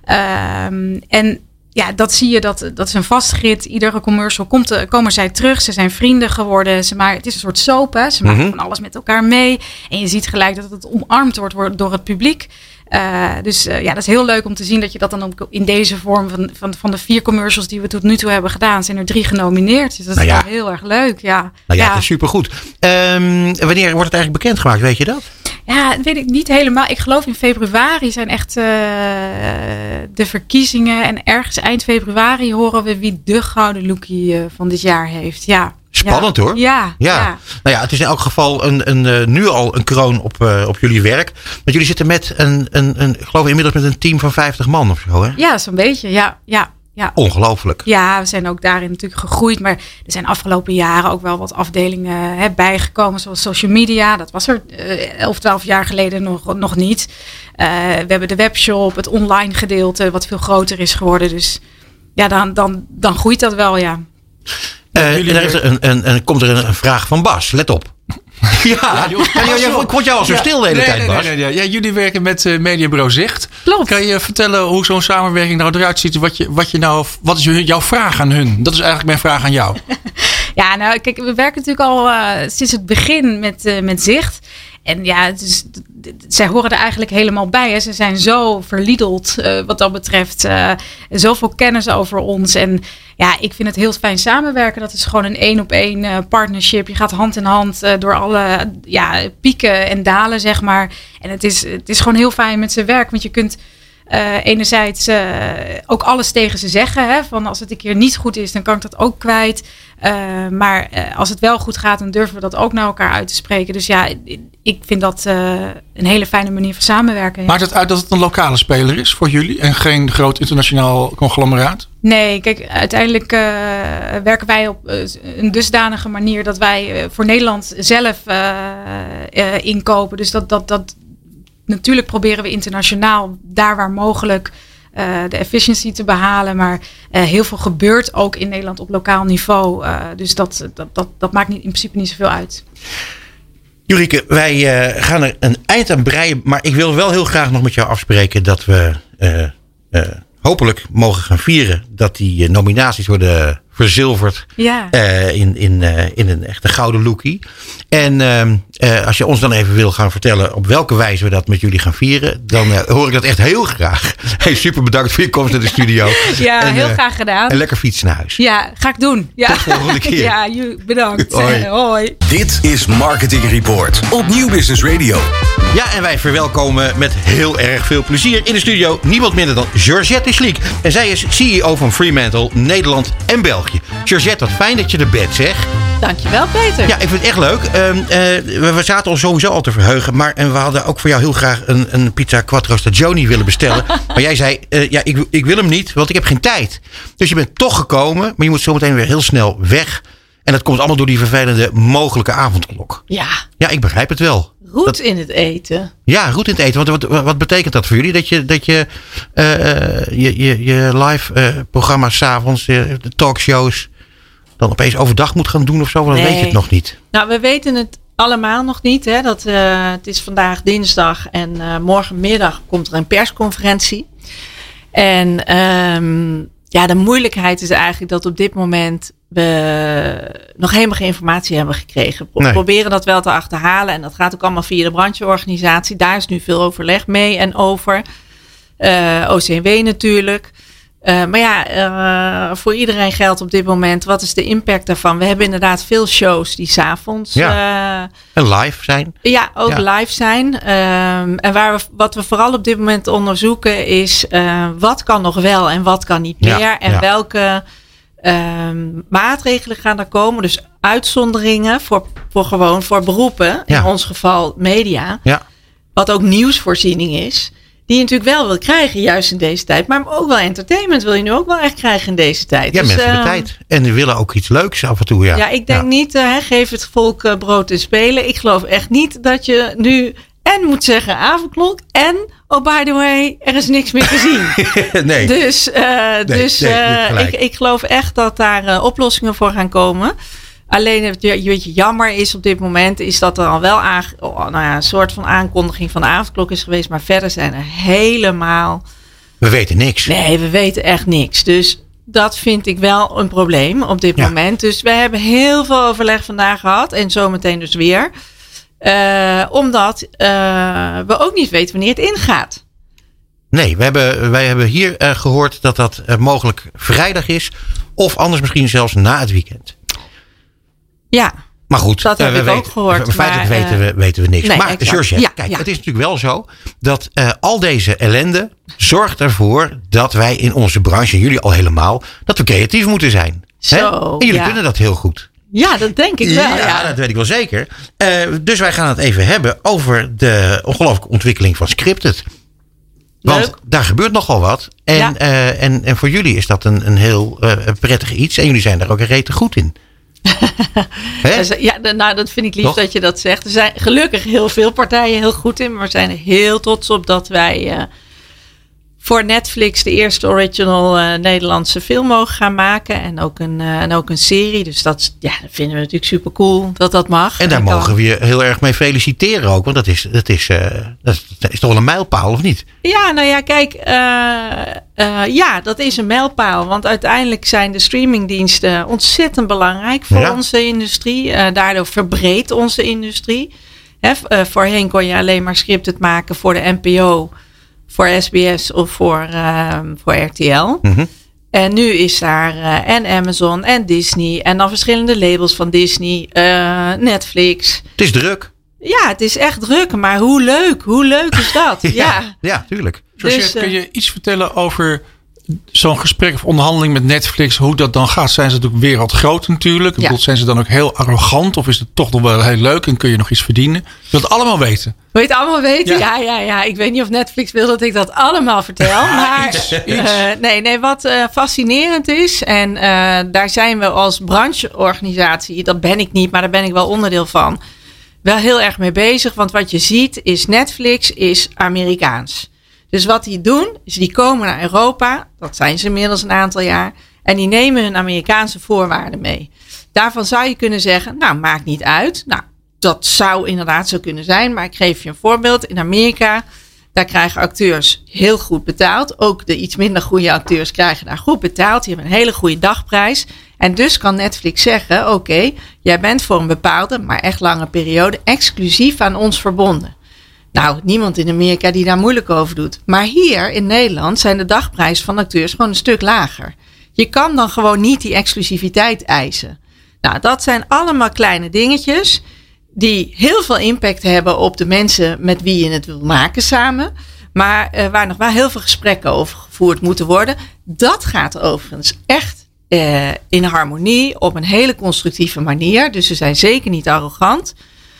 En dat zie je, dat is een vast gids. Iedere commercial komen zij terug. Ze zijn vrienden geworden. Het is een soort soap. Hè. Ze maken van alles met elkaar mee. En je ziet gelijk dat het omarmd wordt door het publiek. Dus dat is heel leuk om te zien dat je dat dan ook in deze vorm van de 4 commercials die we tot nu toe hebben gedaan, zijn er 3 genomineerd. Dus dat is wel heel erg leuk. Dat is supergoed. Wanneer wordt het eigenlijk bekendgemaakt? Weet je dat? Ja, dat weet ik niet helemaal. Ik geloof in februari zijn echt de verkiezingen. En ergens eind februari horen we wie de Gouden Lookie van dit jaar heeft. Ja. Spannend hoor. Ja. Nou ja, het is in elk geval nu al een kroon op jullie werk. Want jullie zitten met ik geloof inmiddels met een team van 50 man of zo, hè? Ja, zo'n beetje. Ja. Ja. Ongelooflijk. Ja, we zijn ook daarin natuurlijk gegroeid. Maar er zijn afgelopen jaren ook wel wat afdelingen bijgekomen. Zoals social media. Dat was er 11, 12 jaar geleden nog niet. We hebben de webshop, het online gedeelte. Wat veel groter is geworden. Dus ja, dan groeit dat wel, ja. Komt er een vraag van Bas. Let op. Ik vond jou al zo stil de hele tijd, Bas. Nee. Ja, jullie werken met mediabureau Zicht. Klopt. Kan je vertellen hoe zo'n samenwerking nou eruit ziet? Wat is jouw vraag aan hun? Dat is eigenlijk mijn vraag aan jou. Ja, nou kijk, we werken natuurlijk al sinds het begin met Zicht. En ja, zij horen er eigenlijk helemaal bij. Hè. Ze zijn zo verliedeld wat dat betreft. Zoveel kennis over ons. En ja, ik vind het heel fijn samenwerken. Dat is gewoon een 1-op-1 partnership. Je gaat hand in hand door alle pieken en dalen, zeg maar. En het is gewoon heel fijn met ze werken. Want je kunt enerzijds ook alles tegen ze zeggen. Hè, van als het een keer niet goed is, dan kan ik dat ook kwijt. Maar als het wel goed gaat, dan durven we dat ook naar elkaar uit te spreken. Dus ja, ik vind dat een hele fijne manier van samenwerken. Ja. Maakt het uit dat het een lokale speler is voor jullie en geen groot internationaal conglomeraat? Nee, kijk, uiteindelijk werken wij op een dusdanige manier dat wij voor Nederland zelf inkopen. Dus dat natuurlijk proberen we internationaal, daar waar mogelijk, de efficiency te behalen. Maar heel veel gebeurt ook in Nederland op lokaal niveau. Dus dat maakt in principe niet zoveel uit. Jurike, wij gaan er een eind aan breien. Maar ik wil wel heel graag nog met jou afspreken dat we hopelijk mogen gaan vieren dat die nominaties worden verzilverd. Ja. In een echte gouden lookie. En als je ons dan even wil gaan vertellen op welke wijze we dat met jullie gaan vieren, dan hoor ik dat echt heel graag. Hey, super bedankt voor je komst naar de studio. Ja, en, heel graag gedaan. En lekker fietsen naar huis. Ja, ga ik doen. Ja. Tot de volgende keer. Ja, bedankt. Hoi. Hoi. Dit is Marketing Report op Nieuw Business Radio. Ja, en wij verwelkomen met heel erg veel plezier in de studio niemand minder dan Georgette Schliek. En zij is CEO van Fremantle Nederland en België. Georgette, wat fijn dat je er bent, zeg. Dankjewel, Peter. Ja, ik vind het echt leuk. We zaten ons sowieso al te verheugen. Maar we hadden ook voor jou heel graag een pizza quattro stagioni willen bestellen. Maar jij zei, ik wil hem niet, want ik heb geen tijd. Dus je bent toch gekomen, maar je moet zometeen weer heel snel weg. En dat komt allemaal door die vervelende mogelijke avondklok. Ja. Ja, ik begrijp het wel. Roet in het eten. Ja, roet in het eten. Want wat betekent dat voor jullie? Dat je live programma's 's avonds, de talkshows, dan opeens overdag moet gaan doen of zo? Want dan weet je het nog niet. Nou, we weten het allemaal nog niet. Hè? Het is vandaag dinsdag en morgenmiddag komt er een persconferentie. En de moeilijkheid is eigenlijk dat op dit moment we nog helemaal geen informatie hebben gekregen. We proberen dat wel te achterhalen. En dat gaat ook allemaal via de brancheorganisatie. Daar is nu veel overleg mee en over. OCMW natuurlijk. Maar voor iedereen geldt op dit moment, wat is de impact daarvan? We hebben inderdaad veel shows die 's avonds en live zijn. Ja, ook live zijn. En wat we vooral op dit moment onderzoeken is wat kan nog wel en wat kan niet meer. En welke maatregelen gaan er komen. Dus uitzonderingen voor beroepen. In ons geval media. Ja. Wat ook nieuwsvoorziening is. Die je natuurlijk wel wil krijgen, juist in deze tijd. Maar ook wel entertainment wil je nu ook wel echt krijgen in deze tijd. Ja, dus, mensen hebben tijd. En die willen ook iets leuks af en toe. Ja, ik denk niet, geef het volk brood en spelen. Ik geloof echt niet dat je nu en moet zeggen avondklok. En, oh by the way, er is niks meer te zien. Nee. Dus ik geloof echt dat daar oplossingen voor gaan komen. Alleen wat je jammer is op dit moment, is dat er al wel een soort van aankondiging van de avondklok is geweest. Maar verder zijn er helemaal... We weten niks. Nee, we weten echt niks. Dus dat vind ik wel een probleem op dit moment. Dus we hebben heel veel overleg vandaag gehad. En zometeen dus weer. Omdat we ook niet weten wanneer het ingaat. Nee, wij hebben hier gehoord dat mogelijk vrijdag is. Of anders misschien zelfs na het weekend. Ja, maar goed, dat heb ik ook gehoord. Feitelijk weten we niks. Nee, maar Georgette, het is natuurlijk wel zo dat al deze ellende zorgt ervoor dat wij in onze branche, en jullie al helemaal, dat we creatief moeten zijn. Zo, en jullie kunnen dat heel goed. Ja, dat denk ik wel. Ja, dat weet ik wel zeker. Dus wij gaan het even hebben over de ongelooflijke ontwikkeling van Scripted. Want daar gebeurt nogal wat. En voor jullie is dat een heel prettig iets. En jullie zijn daar ook een rete goed in. Ja, dat vind ik lief dat je dat zegt. Er zijn gelukkig heel veel partijen heel goed in. Maar we zijn er heel trots op dat wij voor Netflix de eerste original Nederlandse film mogen gaan maken. En ook een serie. Dus dat vinden we natuurlijk super cool dat mag. En daar mogen we je heel erg mee feliciteren ook. Want dat is toch wel een mijlpaal, of niet? Ja, nou ja, kijk. Dat is een mijlpaal. Want uiteindelijk zijn de streamingdiensten ontzettend belangrijk voor onze industrie. Daardoor verbreedt onze industrie. Voorheen kon je alleen maar scripted maken voor de NPO, voor SBS of voor RTL. Mm-hmm. En nu is daar en Amazon en Disney. En dan verschillende labels van Disney. Netflix. Het is druk. Ja, het is echt druk. Maar hoe leuk is dat? Ja, tuurlijk. Dus, kun je iets vertellen over zo'n gesprek of onderhandeling met Netflix? Hoe dat dan gaat? Zijn ze natuurlijk wereldgroot natuurlijk? Ja. Zijn ze dan ook heel arrogant? Of is het toch nog wel heel leuk en kun je nog iets verdienen? Je wilt het allemaal weten. Wil je het allemaal weten? Ja. Ik weet niet of Netflix wil dat ik dat allemaal vertel. Maar iets. Wat fascinerend is. En daar zijn we als brancheorganisatie. Dat ben ik niet, maar daar ben ik wel onderdeel van. Wel heel erg mee bezig. Want wat je ziet is Netflix is Amerikaans. Dus wat die doen, is die komen naar Europa. Dat zijn ze inmiddels een aantal jaar. En die nemen hun Amerikaanse voorwaarden mee. Daarvan zou je kunnen zeggen, nou, maakt niet uit. Nou, dat zou inderdaad zo kunnen zijn. Maar ik geef je een voorbeeld. In Amerika, daar krijgen acteurs heel goed betaald. Ook de iets minder goede acteurs krijgen daar goed betaald. Die hebben een hele goede dagprijs. En dus kan Netflix zeggen, oké, jij bent voor een bepaalde, maar echt lange periode exclusief aan ons verbonden. Nou, niemand in Amerika die daar moeilijk over doet. Maar hier in Nederland zijn de dagprijzen van acteurs gewoon een stuk lager. Je kan dan gewoon niet die exclusiviteit eisen. Nou, dat zijn allemaal kleine dingetjes die heel veel impact hebben op de mensen met wie je het wil maken samen. Maar waar nog wel heel veel gesprekken over gevoerd moeten worden. Dat gaat overigens echt in harmonie op een hele constructieve manier. Dus ze zijn zeker niet arrogant.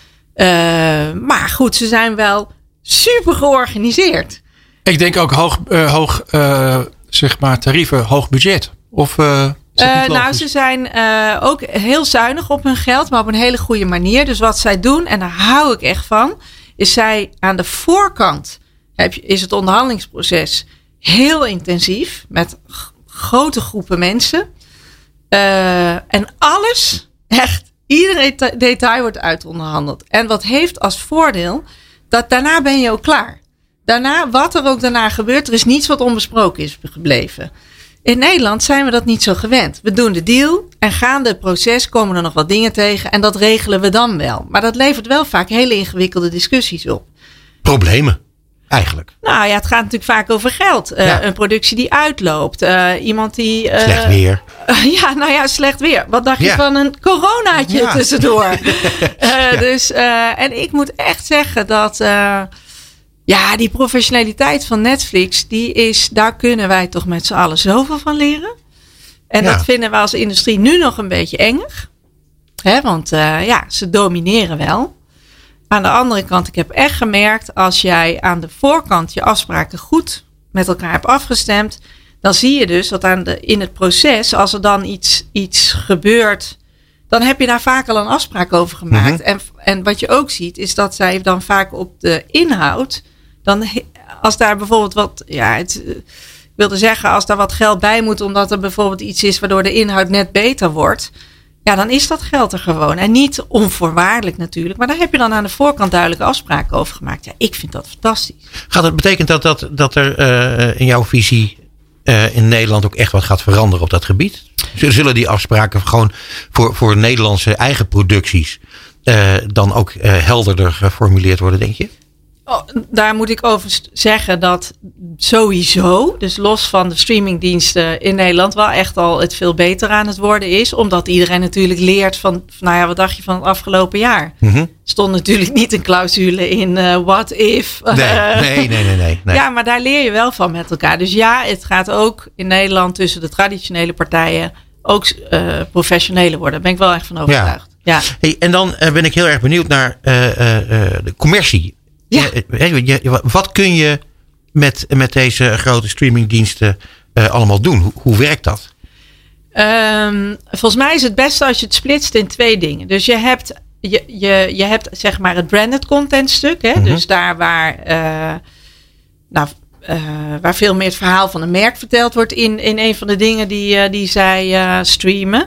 Maar goed, ze zijn wel super georganiseerd. Ik denk ook hoog tarieven, hoog budget. Of ze zijn ook heel zuinig op hun geld, maar op een hele goede manier. Dus wat zij doen, en daar hou ik echt van, is zij aan de voorkant is het onderhandelingsproces heel intensief met grote groepen mensen. En alles, echt ieder detail wordt uitonderhandeld. En wat heeft als voordeel, dat daarna ben je ook klaar. Daarna, wat er ook daarna gebeurt, er is niets wat onbesproken is gebleven. In Nederland zijn we dat niet zo gewend. We doen de deal en gaande het proces komen er nog wat dingen tegen. En dat regelen we dan wel. Maar dat levert wel vaak hele ingewikkelde discussies op. Problemen, eigenlijk. Nou ja, het gaat natuurlijk vaak over geld. Een productie die uitloopt. Iemand die... slecht weer. Slecht weer. Wat dacht je van een coronaatje tussendoor? En ik moet echt zeggen dat... die professionaliteit van Netflix, daar kunnen wij toch met z'n allen zoveel van leren. En dat vinden we als industrie nu nog een beetje engig. Want ze domineren wel. Aan de andere kant, ik heb echt gemerkt, als jij aan de voorkant je afspraken goed met elkaar hebt afgestemd, dan zie je dus dat in het proces, als er dan iets gebeurt, dan heb je daar vaak al een afspraak over gemaakt. Mm-hmm. En wat je ook ziet, is dat zij dan vaak op de inhoud, dan als daar bijvoorbeeld ik wilde zeggen, als daar wat geld bij moet, omdat er bijvoorbeeld iets is waardoor de inhoud net beter wordt, dan is dat geld er gewoon. En niet onvoorwaardelijk natuurlijk, maar daar heb je dan aan de voorkant duidelijke afspraken over gemaakt. Ja, ik vind dat fantastisch. Betekent dat er in jouw visie in Nederland ook echt wat gaat veranderen op dat gebied? Zullen die afspraken gewoon voor Nederlandse eigen producties dan ook helderder geformuleerd worden, denk je? Daar moet ik over zeggen dat sowieso, dus los van de streamingdiensten in Nederland, wel echt al het veel beter aan het worden is. Omdat iedereen natuurlijk leert van wat dacht je van het afgelopen jaar? Mm-hmm. Stond natuurlijk niet een clausule in what if. Nee. Ja, maar daar leer je wel van met elkaar. Dus het gaat ook in Nederland tussen de traditionele partijen ook professioneler worden. Daar ben ik wel echt van overtuigd. Ja. Hey, en dan ben ik heel erg benieuwd naar de commercie. Ja. Wat kun je met deze grote streamingdiensten allemaal doen? Hoe werkt dat? Volgens mij is het beste als je het splitst in 2 dingen. Dus je hebt zeg maar het branded content stuk. Hè? Mm-hmm. Dus daar waar veel meer het verhaal van een merk verteld wordt in een van de dingen die zij streamen.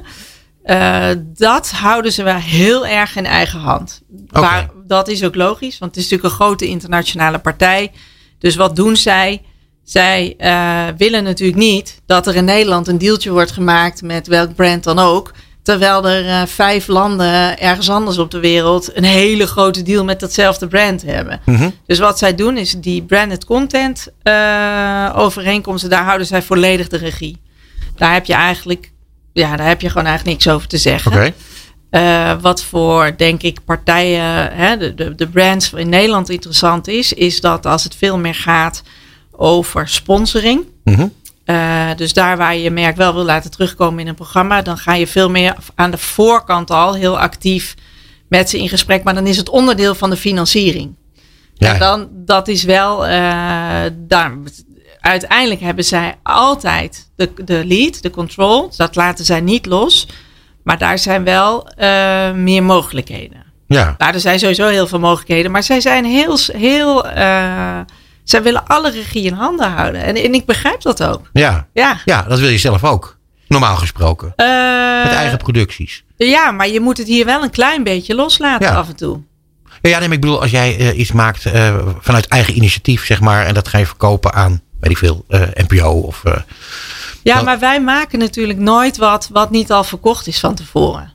Dat houden ze wel heel erg in eigen hand. Okay. Dat is ook logisch, want het is natuurlijk een grote internationale partij. Dus wat doen zij? Zij willen natuurlijk niet dat er in Nederland een dealtje wordt gemaakt met welk brand dan ook. Terwijl er 5 landen ergens anders op de wereld een hele grote deal met datzelfde brand hebben. Mm-hmm. Dus wat zij doen is die branded content overeenkomsten, daar houden zij volledig de regie. Daar heb je gewoon eigenlijk niks over te zeggen. Okay. Wat voor, denk ik, partijen, de brands in Nederland interessant is dat als het veel meer gaat over sponsoring. Mm-hmm. Dus daar waar je je merk wel wil laten terugkomen in een programma, dan ga je veel meer aan de voorkant al heel actief met ze in gesprek. Maar dan is het onderdeel van de financiering. Ja. En dan, dat is wel, uiteindelijk hebben zij altijd de lead, de control. Dat laten zij niet los. Maar daar zijn wel meer mogelijkheden. Ja. Nou, er zijn sowieso heel veel mogelijkheden. Maar zij zijn heel zij willen alle regie in handen houden. En ik begrijp dat ook. Ja, dat wil je zelf ook. Normaal gesproken. Met eigen producties. Ja, maar je moet het hier wel een klein beetje loslaten af en toe. Ja, ik bedoel, als jij iets maakt vanuit eigen initiatief, zeg maar. En dat ga je verkopen aan, weet ik veel, NPO of... maar wij maken natuurlijk nooit wat niet al verkocht is van tevoren.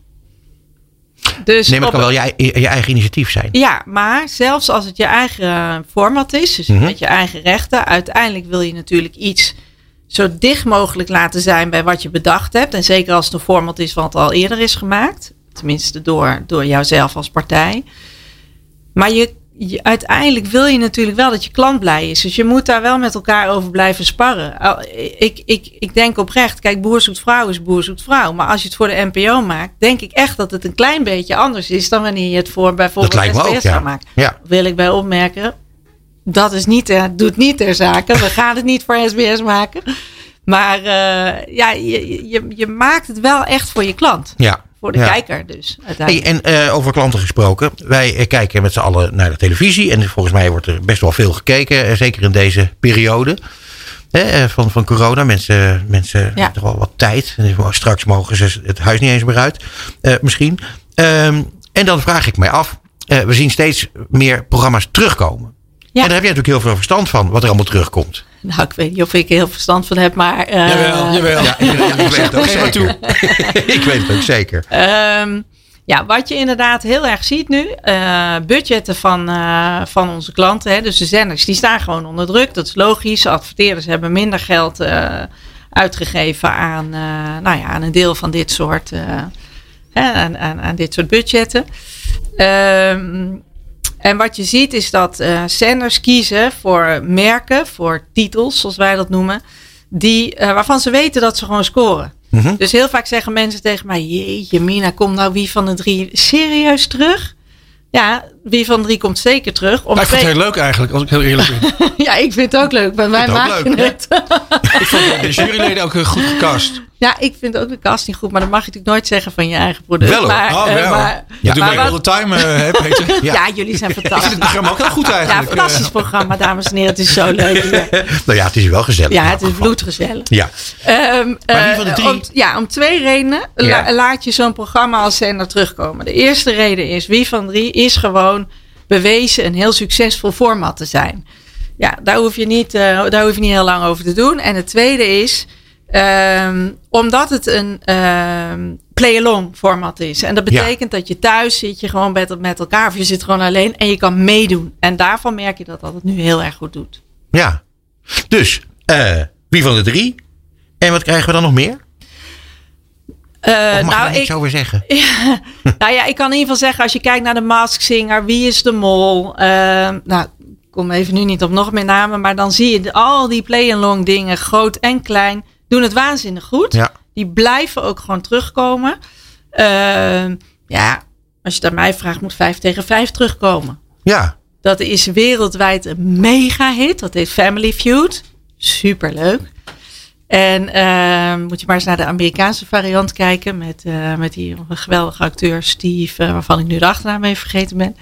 Dus het kan wel je eigen initiatief zijn. Ja, maar zelfs als het je eigen format is, dus met je eigen rechten, uiteindelijk wil je natuurlijk iets zo dicht mogelijk laten zijn bij wat je bedacht hebt. En zeker als het een format is wat al eerder is gemaakt. Tenminste door jouzelf als partij. Maar uiteindelijk wil je natuurlijk wel dat je klant blij is. Dus je moet daar wel met elkaar over blijven sparren. Ik denk oprecht, kijk, Boer Zoekt Vrouw is Boer Zoekt Vrouw. Maar als je het voor de NPO maakt, denk ik echt dat het een klein beetje anders is dan wanneer je het voor bijvoorbeeld SBS gaat maken. Ja. Wil ik bij opmerken, dat is doet niet ter zake. We gaan het niet voor SBS maken. Maar je maakt het wel echt voor je klant. Ja. Voor de kijker dus. En over klanten gesproken. Wij kijken met z'n allen naar de televisie. En volgens mij wordt er best wel veel gekeken. Zeker in deze periode van corona. Mensen hebben toch wel wat tijd. En straks mogen ze het huis niet eens meer uit. Misschien. En dan vraag ik mij af. We zien steeds meer programma's terugkomen. Ja. En daar heb jij natuurlijk heel veel verstand van. Wat er allemaal terugkomt. Nou, ik weet niet of ik er heel veel verstand van heb, maar... Jawel. Ja, ik weet het ook zeker. Ik weet het ook zeker. Wat je inderdaad heel erg ziet nu. Budgetten van onze klanten. Hè, dus de zenders, die staan gewoon onder druk. Dat is logisch. Adverteerders hebben minder geld uitgegeven aan een deel van dit soort... aan dit soort budgetten. En wat je ziet is dat zenders kiezen voor merken, voor titels, zoals wij dat noemen, waarvan ze weten dat ze gewoon scoren. Mm-hmm. Dus heel vaak zeggen mensen tegen mij, jeetje Mina, komt nou Wie van de Drie serieus terug? Ja, Wie van de Drie komt zeker terug. Ik vind het heel leuk eigenlijk, als ik heel eerlijk ben. Ja, ik vind het ook leuk, maar wij maken het. Ik vond de juryleden ook goed gecast. Ja, ik vind ook de casting goed, maar dat mag je natuurlijk nooit zeggen van je eigen product. Wel hoor. Je doet all the time, Peter. Ja, jullie zijn fantastisch. Ik vind het programma ook heel goed eigenlijk. Ja, fantastisch programma, dames en heren. Het is zo leuk hier. Nou ja, het is wel gezellig. Ja, het is bloedgezellig. Ja. Maar Wie van de Drie? Om 2 redenen laat je zo'n programma als zender terugkomen. De eerste reden is, Wie van de Drie is gewoon bewezen een heel succesvol format te zijn. Ja, daar hoef je niet heel lang over te doen. En het tweede is, omdat het een play-along format is. En dat betekent dat je thuis zit je gewoon met elkaar. Of je zit gewoon alleen en je kan meedoen. En daarvan merk je dat het nu heel erg goed doet. Ja, dus Wie van de Drie? En wat krijgen we dan nog meer? Of mag je niks over zeggen? Ik kan in ieder geval zeggen, als je kijkt naar de Masked Singer, Wie is de Mol? Ik kom even nu niet op nog meer namen, maar dan zie je al die play-along dingen, groot en klein, doen het waanzinnig goed. Ja. Die blijven ook gewoon terugkomen. Als je het aan mij vraagt, moet 5 tegen 5 terugkomen. Ja. Dat is wereldwijd een mega hit. Dat heet Family Feud. Superleuk. En moet je maar eens naar de Amerikaanse variant kijken. Met die geweldige acteur Steve. Waarvan ik nu de achternaam even vergeten ben.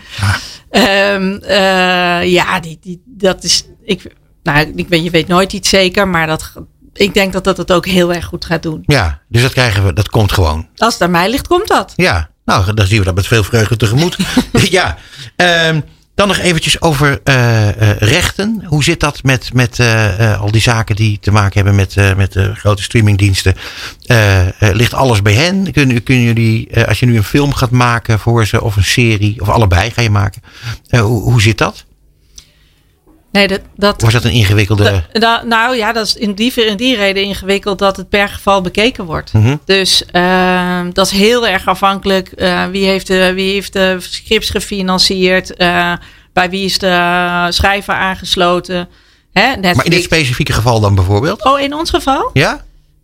Dat is... je weet nooit iets zeker. Maar ik denk dat het ook heel erg goed gaat doen. Ja, dus dat komt gewoon. Als het aan mij ligt, komt dat. Ja, nou, dan zien we dat met veel vreugde tegemoet. Ja, dan nog eventjes over rechten. Hoe zit dat met al die zaken die te maken hebben met de grote streamingdiensten? Ligt alles bij hen? Kunnen jullie, als je nu een film gaat maken voor ze of een serie, of allebei ga je maken, hoe zit dat? Nee, Was dat een ingewikkelde... dat is in die reden ingewikkeld dat het per geval bekeken wordt. Mm-hmm. Dus dat is heel erg afhankelijk. Wie heeft de scripts gefinancierd? Bij wie is de schrijver aangesloten? Maar in dit specifieke geval dan bijvoorbeeld? Oh, in ons geval? Ja?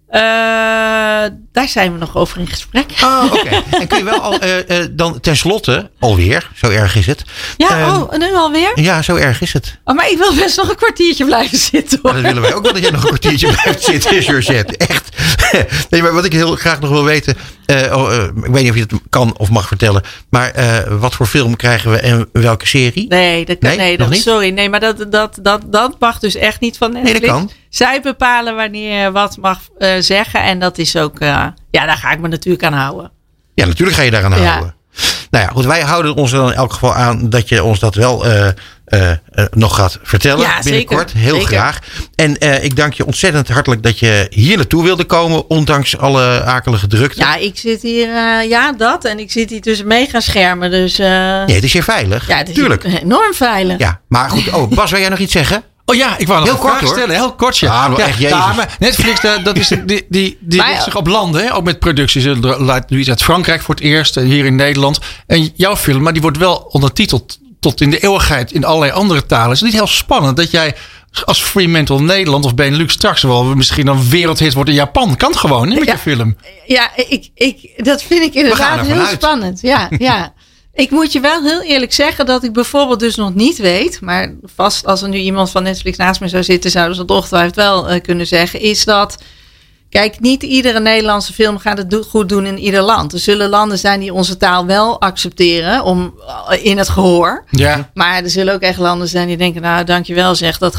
Daar zijn we nog over in gesprek. Oh, oké. En kun je wel dan tenslotte, alweer, zo erg is het. Ja, nu alweer? Ja, zo erg is het. Oh, maar ik wil best nog een kwartiertje blijven zitten, hoor. Ja, dat willen wij ook wel, dat jij nog een kwartiertje blijft zitten, Georgette. Echt. Nee, maar wat ik heel graag nog wil weten, ik weet niet of je het kan of mag vertellen, maar wat voor film krijgen we en welke serie? Nee, dat niet? Sorry. Nee, maar dat mag dus echt niet van Netflix. Nee, dat kan. Zij bepalen wanneer je wat mag zeggen. En dat is ook... daar ga ik me natuurlijk aan houden. Ja, natuurlijk ga je daaraan houden. Nou ja, goed. Wij houden ons er dan in elk geval aan dat je ons dat wel nog gaat vertellen. Ja, binnenkort. Zeker. Heel graag. En ik dank je ontzettend hartelijk dat je hier naartoe wilde komen. Ondanks alle akelige drukte. Ja, ik zit hier... En ik zit hier tussen megaschermen. Dus... Nee, het is hier veilig. Ja, het is tuurlijk. Enorm veilig. Ja, maar goed. Oh, Bas, wil jij nog iets zeggen? Oh ja, ik wou nog een vraag stellen. Heel kort, ja. Echt, Jezus. Ja, maar Netflix, dat is, die richt zich op landen. Hè? Ook met producties. Die uit Frankrijk voor het eerst. Hier in Nederland. En jouw film, maar die wordt wel ondertiteld tot in de eeuwigheid in allerlei andere talen. Is het niet heel spannend dat jij als Fremantle Nederland of Benelux straks wel misschien een wereldhit wordt in Japan? Kan gewoon, hè, met je film. Ja, dat vind ik inderdaad heel spannend. Ja. Ik moet je wel heel eerlijk zeggen dat ik bijvoorbeeld dus nog niet weet, maar vast als er nu iemand van Netflix naast me zou zitten, zouden ze het ongetwijfeld wel kunnen zeggen, is dat, kijk, niet iedere Nederlandse film gaat het goed doen in ieder land. Er zullen landen zijn die onze taal wel accepteren in het gehoor. Ja. Maar er zullen ook echt landen zijn die denken, nou, dankjewel zeg, dat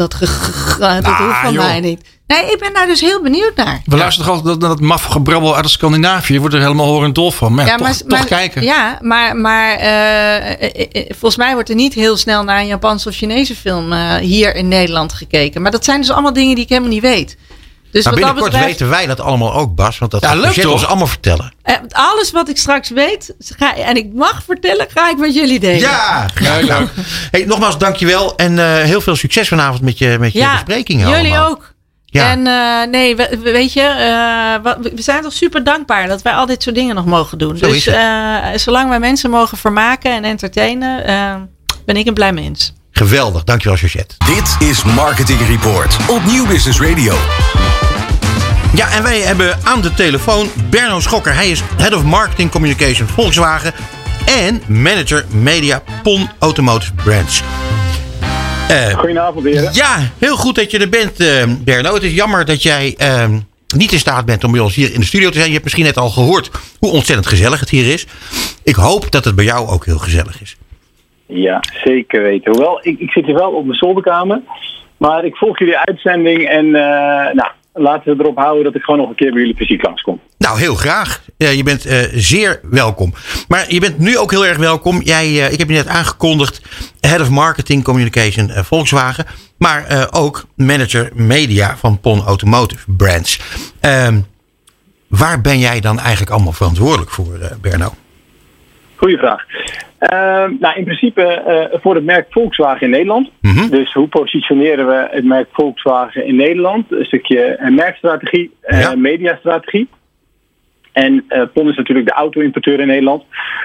hoeft van mij niet. Nee, ik ben daar dus heel benieuwd naar. We luisteren toch altijd naar dat maf gebrabbel uit Scandinavië. Je wordt er helemaal horen en dol van. Maar toch kijken. Ja, maar volgens mij wordt er niet heel snel naar een Japanse of Chinese film hier in Nederland gekeken. Maar dat zijn dus allemaal dingen die ik helemaal niet weet. Dus nou, binnenkort weten wij dat allemaal ook, Bas. Want dat gaat je ons allemaal vertellen. Alles wat ik straks weet en ik mag vertellen, ga ik met jullie delen. Ja, graag. Hey, nogmaals, dankjewel. En heel veel succes vanavond met je besprekingen. Jullie allemaal. ook. Ja. En weet je, we zijn toch super dankbaar dat wij al dit soort dingen nog mogen doen. Zo dus zolang wij mensen mogen vermaken en entertainen, ben ik een blij mens. Geweldig, dankjewel Georgette. Dit is Marketing Report op Nieuw Business Radio. Ja, en wij hebben aan de telefoon Berno Schokker. Hij is Head of Marketing Communication Volkswagen en Manager Media PON Automotive Brands. Goedenavond, heren. Ja, heel goed dat je er bent, Berno. Het is jammer dat jij niet in staat bent om bij ons hier in de studio te zijn. Je hebt misschien net al gehoord hoe ontzettend gezellig het hier is. Ik hoop dat het bij jou ook heel gezellig is. Ja, zeker weten. Hoewel, ik zit hier wel op mijn zolderkamer. Maar ik volg jullie uitzending en laten we erop houden dat ik gewoon nog een keer bij jullie fysiek langskom. Nou, heel graag. Je bent zeer welkom. Maar je bent nu ook heel erg welkom. Ik heb je net aangekondigd, Head of Marketing Communication Volkswagen. Maar ook Manager Media van PON Automotive Brands. Waar ben jij dan eigenlijk allemaal verantwoordelijk voor, Berno? Goeie vraag. In principe voor het merk Volkswagen in Nederland. Mm-hmm. Dus hoe positioneren we het merk Volkswagen in Nederland? Een stukje merkstrategie, mediastrategie. En PON is natuurlijk de auto-importeur in Nederland.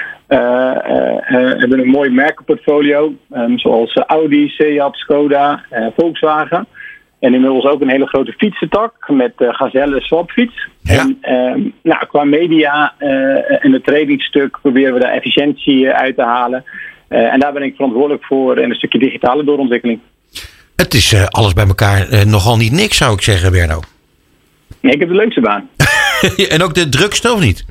Hebben een mooi merkenportfolio. Zoals Audi, Seat, Skoda, Volkswagen. En inmiddels ook een hele grote fietsentak met Gazelle swapfiets. Ja. En qua media en het trainingsstuk proberen we daar efficiëntie uit te halen. En daar ben ik verantwoordelijk voor in een stukje digitale doorontwikkeling. Het is alles bij elkaar nogal niet niks, zou ik zeggen, Berno. Nee, ik heb de leukste baan. En ook de drukste, of niet?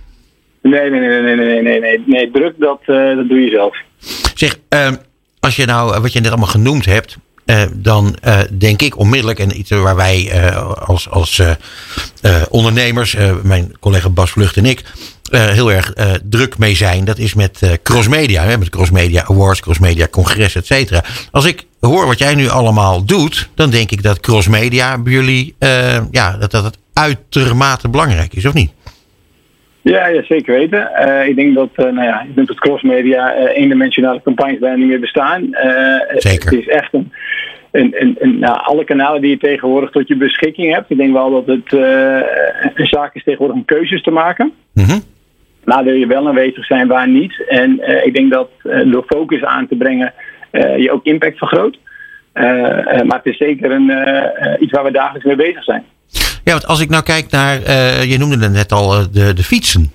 Nee. Druk, dat doe je zelf. Zeg, als je nou, wat je net allemaal genoemd hebt, dan denk ik onmiddellijk, en iets waar wij als ondernemers, mijn collega Bas Vlucht en ik, heel erg druk mee zijn. Dat is met Crossmedia. Met Crossmedia Awards, Crossmedia Congres, et cetera. Als ik hoor wat jij nu allemaal doet, dan denk ik dat Crossmedia bij jullie, dat het uitermate belangrijk is, of niet? Ja, zeker weten. Ik denk dat, ik denk dat Crossmedia eendimensionale campagnes bijna niet meer bestaan. Zeker. Het is echt alle kanalen die je tegenwoordig tot je beschikking hebt. Ik denk wel dat het een zaak is tegenwoordig om keuzes te maken. Mm-hmm. Waar wil je wel aanwezig zijn, waar niet. En ik denk dat door focus aan te brengen je ook impact vergroot. Maar het is zeker iets waar we dagelijks mee bezig zijn. Ja, want als ik nou kijk naar, je noemde het net al, de fietsen.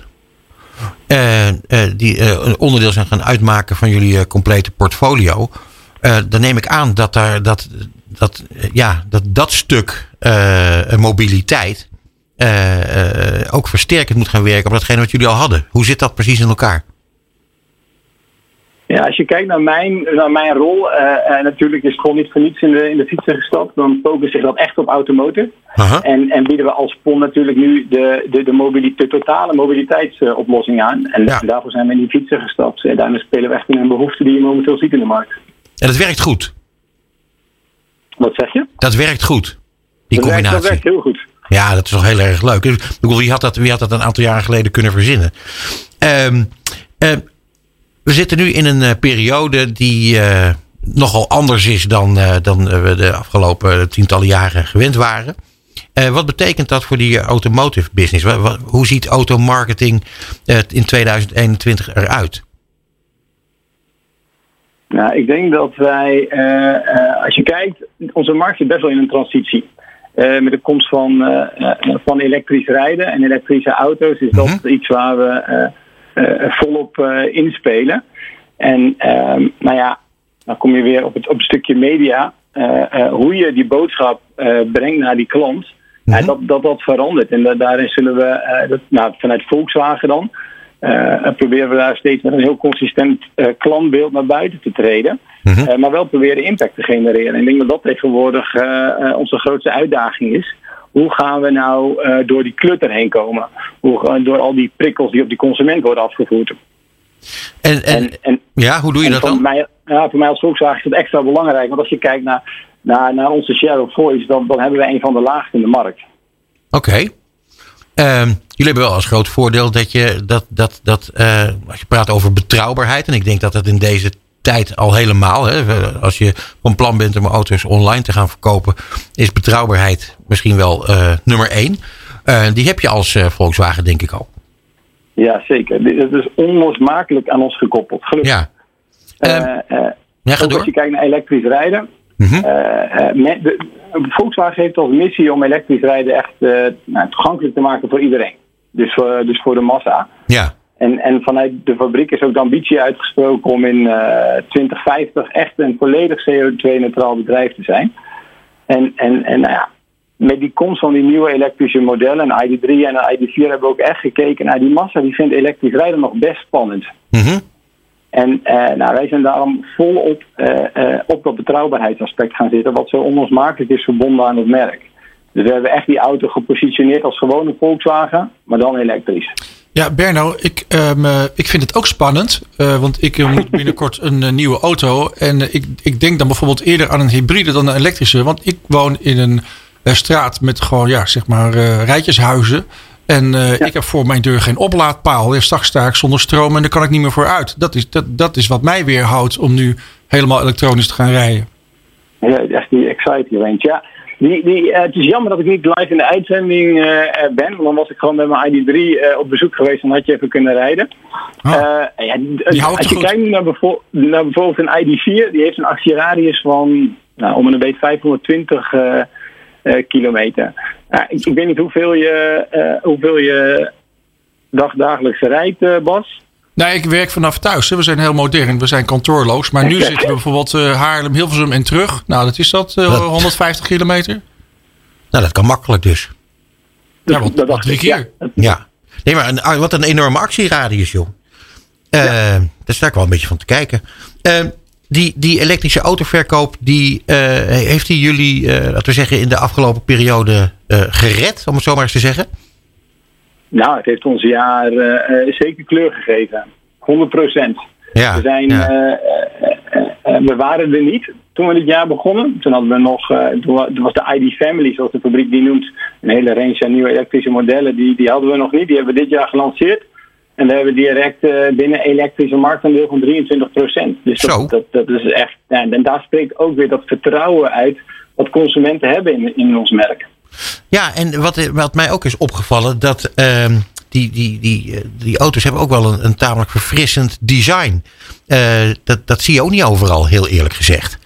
Die een onderdeel zijn gaan uitmaken van jullie complete portfolio. Dan neem ik aan dat stuk mobiliteit ook versterkend moet gaan werken op datgene wat jullie al hadden. Hoe zit dat precies in elkaar? Ja, als je kijkt naar mijn rol, natuurlijk is het gewoon niet voor niets in de fietsen gestapt. Dan focus zich dat echt op automotive. En bieden we als PON natuurlijk nu de totale mobiliteitsoplossing aan. En daarvoor zijn we in die fietsen gestapt. Daarmee spelen we echt in een behoefte die je momenteel ziet in de markt. En dat werkt goed? Wat zeg je? Dat werkt goed, die combinatie. Dat werkt heel goed. Ja, dat is toch heel erg leuk. Ik bedoel, wie had dat een aantal jaren geleden kunnen verzinnen? We zitten nu in een periode die nogal anders is dan we de afgelopen tientallen jaren gewend waren. Wat betekent dat voor die automotive business? Hoe ziet automarketing in 2021 eruit? Nou, ik denk dat wij, als je kijkt, onze markt zit best wel in een transitie. Met de komst van elektrisch rijden en elektrische auto's is dat iets waar we volop inspelen. En dan kom je weer op het stukje media. Hoe je die boodschap brengt naar die klant. Dat verandert. En daarin zullen we, vanuit Volkswagen dan, proberen we daar steeds met een heel consistent klantbeeld naar buiten te treden. Maar wel proberen impact te genereren. En ik denk dat tegenwoordig onze grootste uitdaging is. Hoe gaan we nou door die klutter heen komen? Door al die prikkels die op die consument worden afgevoerd. En hoe doe je dat dan? Voor mij als Volkswagen is dat extra belangrijk. Want als je kijkt naar onze share of voice, dan hebben we een van de laagste in de markt. Oké. Jullie hebben wel als groot voordeel dat je als je praat over betrouwbaarheid, en ik denk dat dat in deze tijd al helemaal, als je van plan bent om auto's online te gaan verkopen, is betrouwbaarheid misschien wel nummer 1. Die heb je als Volkswagen denk ik al. Ja, zeker. Dat is onlosmakelijk aan ons gekoppeld. Gelukkig. Ga door. Als je kijkt naar elektrisch rijden. Volkswagen heeft als missie om elektrisch rijden echt toegankelijk te maken voor iedereen. Dus voor de massa. Ja. En vanuit de fabriek is ook de ambitie uitgesproken om in 2050 echt een volledig CO2-neutraal bedrijf te zijn. Met die komst van die nieuwe elektrische modellen, een ID3 en een ID4, hebben we ook echt gekeken naar die massa. Die vindt elektrisch rijden nog best spannend. En wij zijn daarom volop op dat betrouwbaarheidsaspect gaan zitten, wat zo onlosmakelijk is verbonden aan het merk. Dus we hebben echt die auto gepositioneerd als gewone Volkswagen, maar dan elektrisch. Ja, Berno, ik vind het ook spannend. Want ik moet binnenkort een nieuwe auto. En ik denk dan bijvoorbeeld eerder aan een hybride dan een elektrische. Want ik woon in een straat met gewoon, rijtjeshuizen. En ik heb voor mijn deur geen oplaadpaal. Straks sta ik zonder stroom en daar kan ik niet meer voor uit. Dat is wat mij weerhoudt om nu helemaal elektronisch te gaan rijden. Ja, echt die exciting range. Ja. Het is jammer dat ik niet live in de uitzending ben. Want dan was ik gewoon met mijn ID3 op bezoek geweest. Dan had je even kunnen rijden. Als je kijkt naar bijvoorbeeld een ID4. Die heeft een actieradius van om een beetje 520 kilometer. Ik weet niet hoeveel je dagelijks rijdt, Bas. Nee, ik werk vanaf thuis. We zijn heel modern. We zijn kantoorloos. Maar nu zitten we bijvoorbeeld Haarlem, Hilversum en terug. Nou, dat is 150 kilometer. Nou, dat kan makkelijk dus. Ja, wat 3 keer. Ja. Nee, maar wat een enorme actieradius, joh. Daar sta ik wel een beetje van te kijken. Die elektrische autoverkoop, heeft die jullie, laten we zeggen, in de afgelopen periode gered, om het zo maar eens te zeggen? Nou, het heeft ons jaar zeker kleur gegeven. 100%. Ja, we waren er niet toen we dit jaar begonnen. Toen hadden we nog, toen was de ID Family, zoals de fabriek die noemt, een hele range aan nieuwe elektrische modellen. Die hadden we nog niet. Die hebben we dit jaar gelanceerd. En we hebben direct binnen elektrische marktaandeel van 23%. Dus dat is echt. Ja, en daar spreekt ook weer dat vertrouwen uit wat consumenten hebben in ons merk. Ja, en wat mij ook is opgevallen, dat die auto's hebben ook wel een tamelijk verfrissend design. Dat zie je ook niet overal, heel eerlijk gezegd.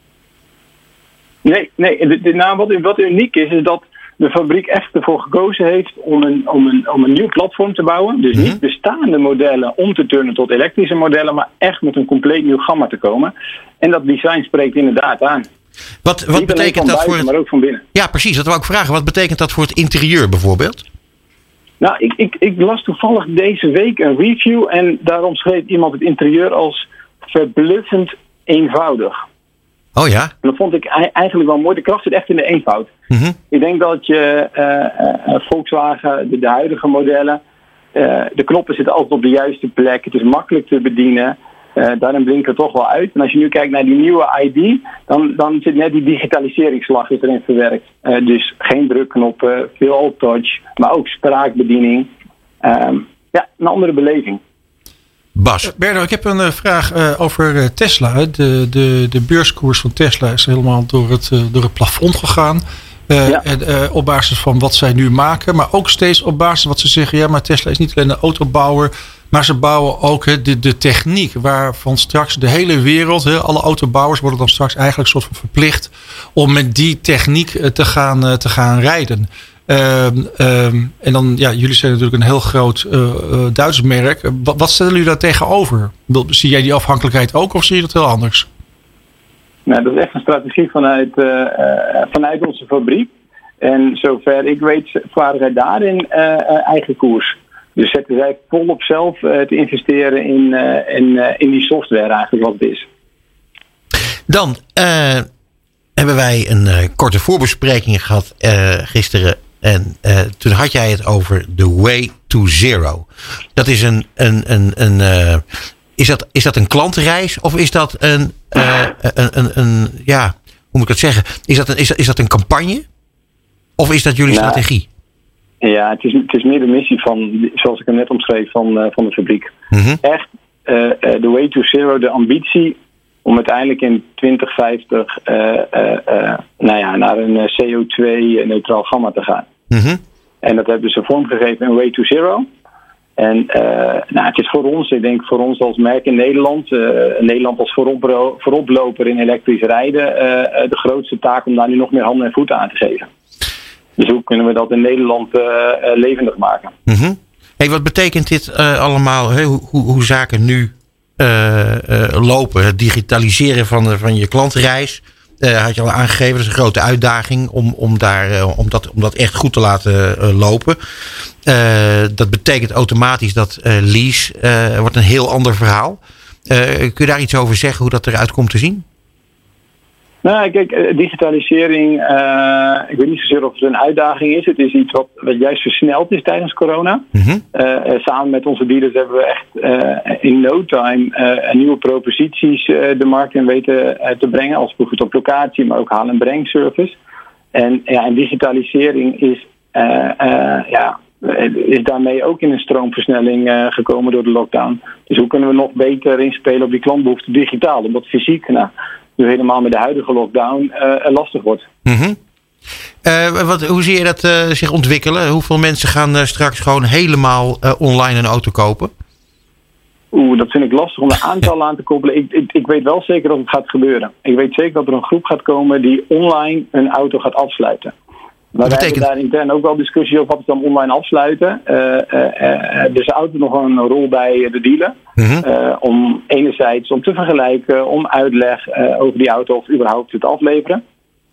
Nee. Wat uniek is dat de fabriek echt ervoor gekozen heeft om een nieuw platform te bouwen. Dus niet bestaande modellen om te turnen tot elektrische modellen, maar echt met een compleet nieuw gamma te komen. En dat design spreekt inderdaad aan. Wat betekent dat voor het... maar ook van binnen. Ja, precies. Dat wou ik vragen. Wat betekent dat voor het interieur bijvoorbeeld? Nou, ik las toevallig deze week een review en daarom schreef iemand het interieur als verbluffend eenvoudig. Oh ja? En dat vond ik eigenlijk wel mooi. De kracht zit echt in de eenvoud. Mm-hmm. Ik denk dat je Volkswagen, de huidige modellen, de knoppen zitten altijd op de juiste plek. Het is makkelijk te bedienen. Daarin blinkt het toch wel uit. En als je nu kijkt naar die nieuwe ID, dan zit net die digitaliseringsslag erin verwerkt. Dus geen drukknoppen, veel alt-touch, maar ook spraakbediening. Een andere beleving. Bas. Berno, ik heb een vraag over Tesla. De beurskoers van Tesla is helemaal door het plafond gegaan. Op basis van wat zij nu maken, maar ook steeds op basis van wat ze zeggen. Ja, maar Tesla is niet alleen een autobouwer, maar ze bouwen ook de techniek waarvan straks de hele wereld, alle autobouwers worden dan straks eigenlijk soort van verplicht om met die techniek te gaan rijden. En dan, jullie zijn natuurlijk een heel groot Duits merk. Wat stellen jullie daar tegenover? Zie jij die afhankelijkheid ook of zie je dat heel anders? Nou, dat is echt een strategie vanuit onze fabriek. En zover ik weet, varen wij daarin eigen koers. Dus zetten zij volop zelf te investeren in die software eigenlijk wat het is. Dan hebben wij een korte voorbespreking gehad gisteren. En toen had jij het over the way to zero. Dat is is dat een klantenreis of is dat hoe moet ik het zeggen? Is dat een campagne? Of is dat jullie strategie? Ja, het is meer de missie van, zoals ik hem net omschreef, van de fabriek. Mm-hmm. Echt, the way to zero, de ambitie om uiteindelijk in 2050 naar een CO2-neutraal gamma te gaan. Mm-hmm. En dat hebben ze vormgegeven in Way to Zero. En het is voor ons, ik denk voor ons als merk in Nederland, Nederland als vooroploper in elektrisch rijden, de grootste taak om daar nu nog meer handen en voeten aan te geven. Dus hoe kunnen we dat in Nederland levendig maken? Mm-hmm. Hey, wat betekent dit allemaal, hoe zaken nu lopen? Het digitaliseren van je klantenreis. Had je al aangegeven, dat is een grote uitdaging om dat echt goed te laten lopen. Dat betekent automatisch dat lease wordt een heel ander verhaal. Kun je daar iets over zeggen, hoe dat eruit komt te zien? Nou, kijk, digitalisering, ik weet niet zozeer of het een uitdaging is. Het is iets wat juist versneld is tijdens corona. Mm-hmm. Samen met onze dealers hebben we echt in no time nieuwe proposities de markt in weten te brengen. Als bijvoorbeeld op locatie, maar ook haal- en brengservice. En digitalisering is daarmee ook in een stroomversnelling gekomen door de lockdown. Dus hoe kunnen we nog beter inspelen op die klantbehoefte digitaal? Omdat fysiek nu helemaal met de huidige lockdown lastig wordt. Mm-hmm. Hoe zie je dat zich ontwikkelen? Hoeveel mensen gaan straks gewoon helemaal online een auto kopen? Dat vind ik lastig om de aantallen aan te koppelen. Ik weet wel zeker dat het gaat gebeuren. Ik weet zeker dat er een groep gaat komen die online een auto gaat afsluiten. Maar wij hebben daar intern ook wel discussie over wat is dan online afsluiten. Dus er houdt nog een rol bij de dealer. Om enerzijds om te vergelijken, om uitleg over die auto of überhaupt het afleveren.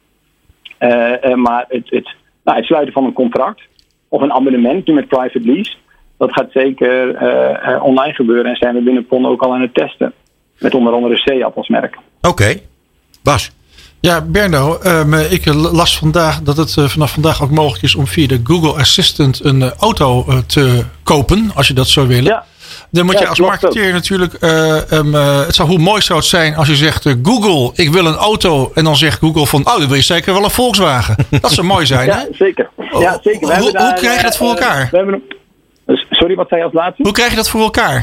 Maar het sluiten van een contract of een abonnement nu met private lease, dat gaat zeker online gebeuren. En zijn we binnen PON ook al aan het testen. Met onder andere Seat als merk. Oké. Bas? Ja, Berno, ik las vandaag dat het vanaf vandaag ook mogelijk is om via de Google Assistant een auto te kopen, als je dat zou willen. Ja. Dan moet je als marketeer natuurlijk, hoe mooi zou het zijn als je zegt, Google, ik wil een auto. En dan zegt Google van, dan wil je zeker wel een Volkswagen. Dat zou mooi zijn, hè? Ja, zeker. Ja, zeker. Hoe krijg je dat voor elkaar? Sorry, wat zei je als laatste? Hoe krijg je dat voor elkaar?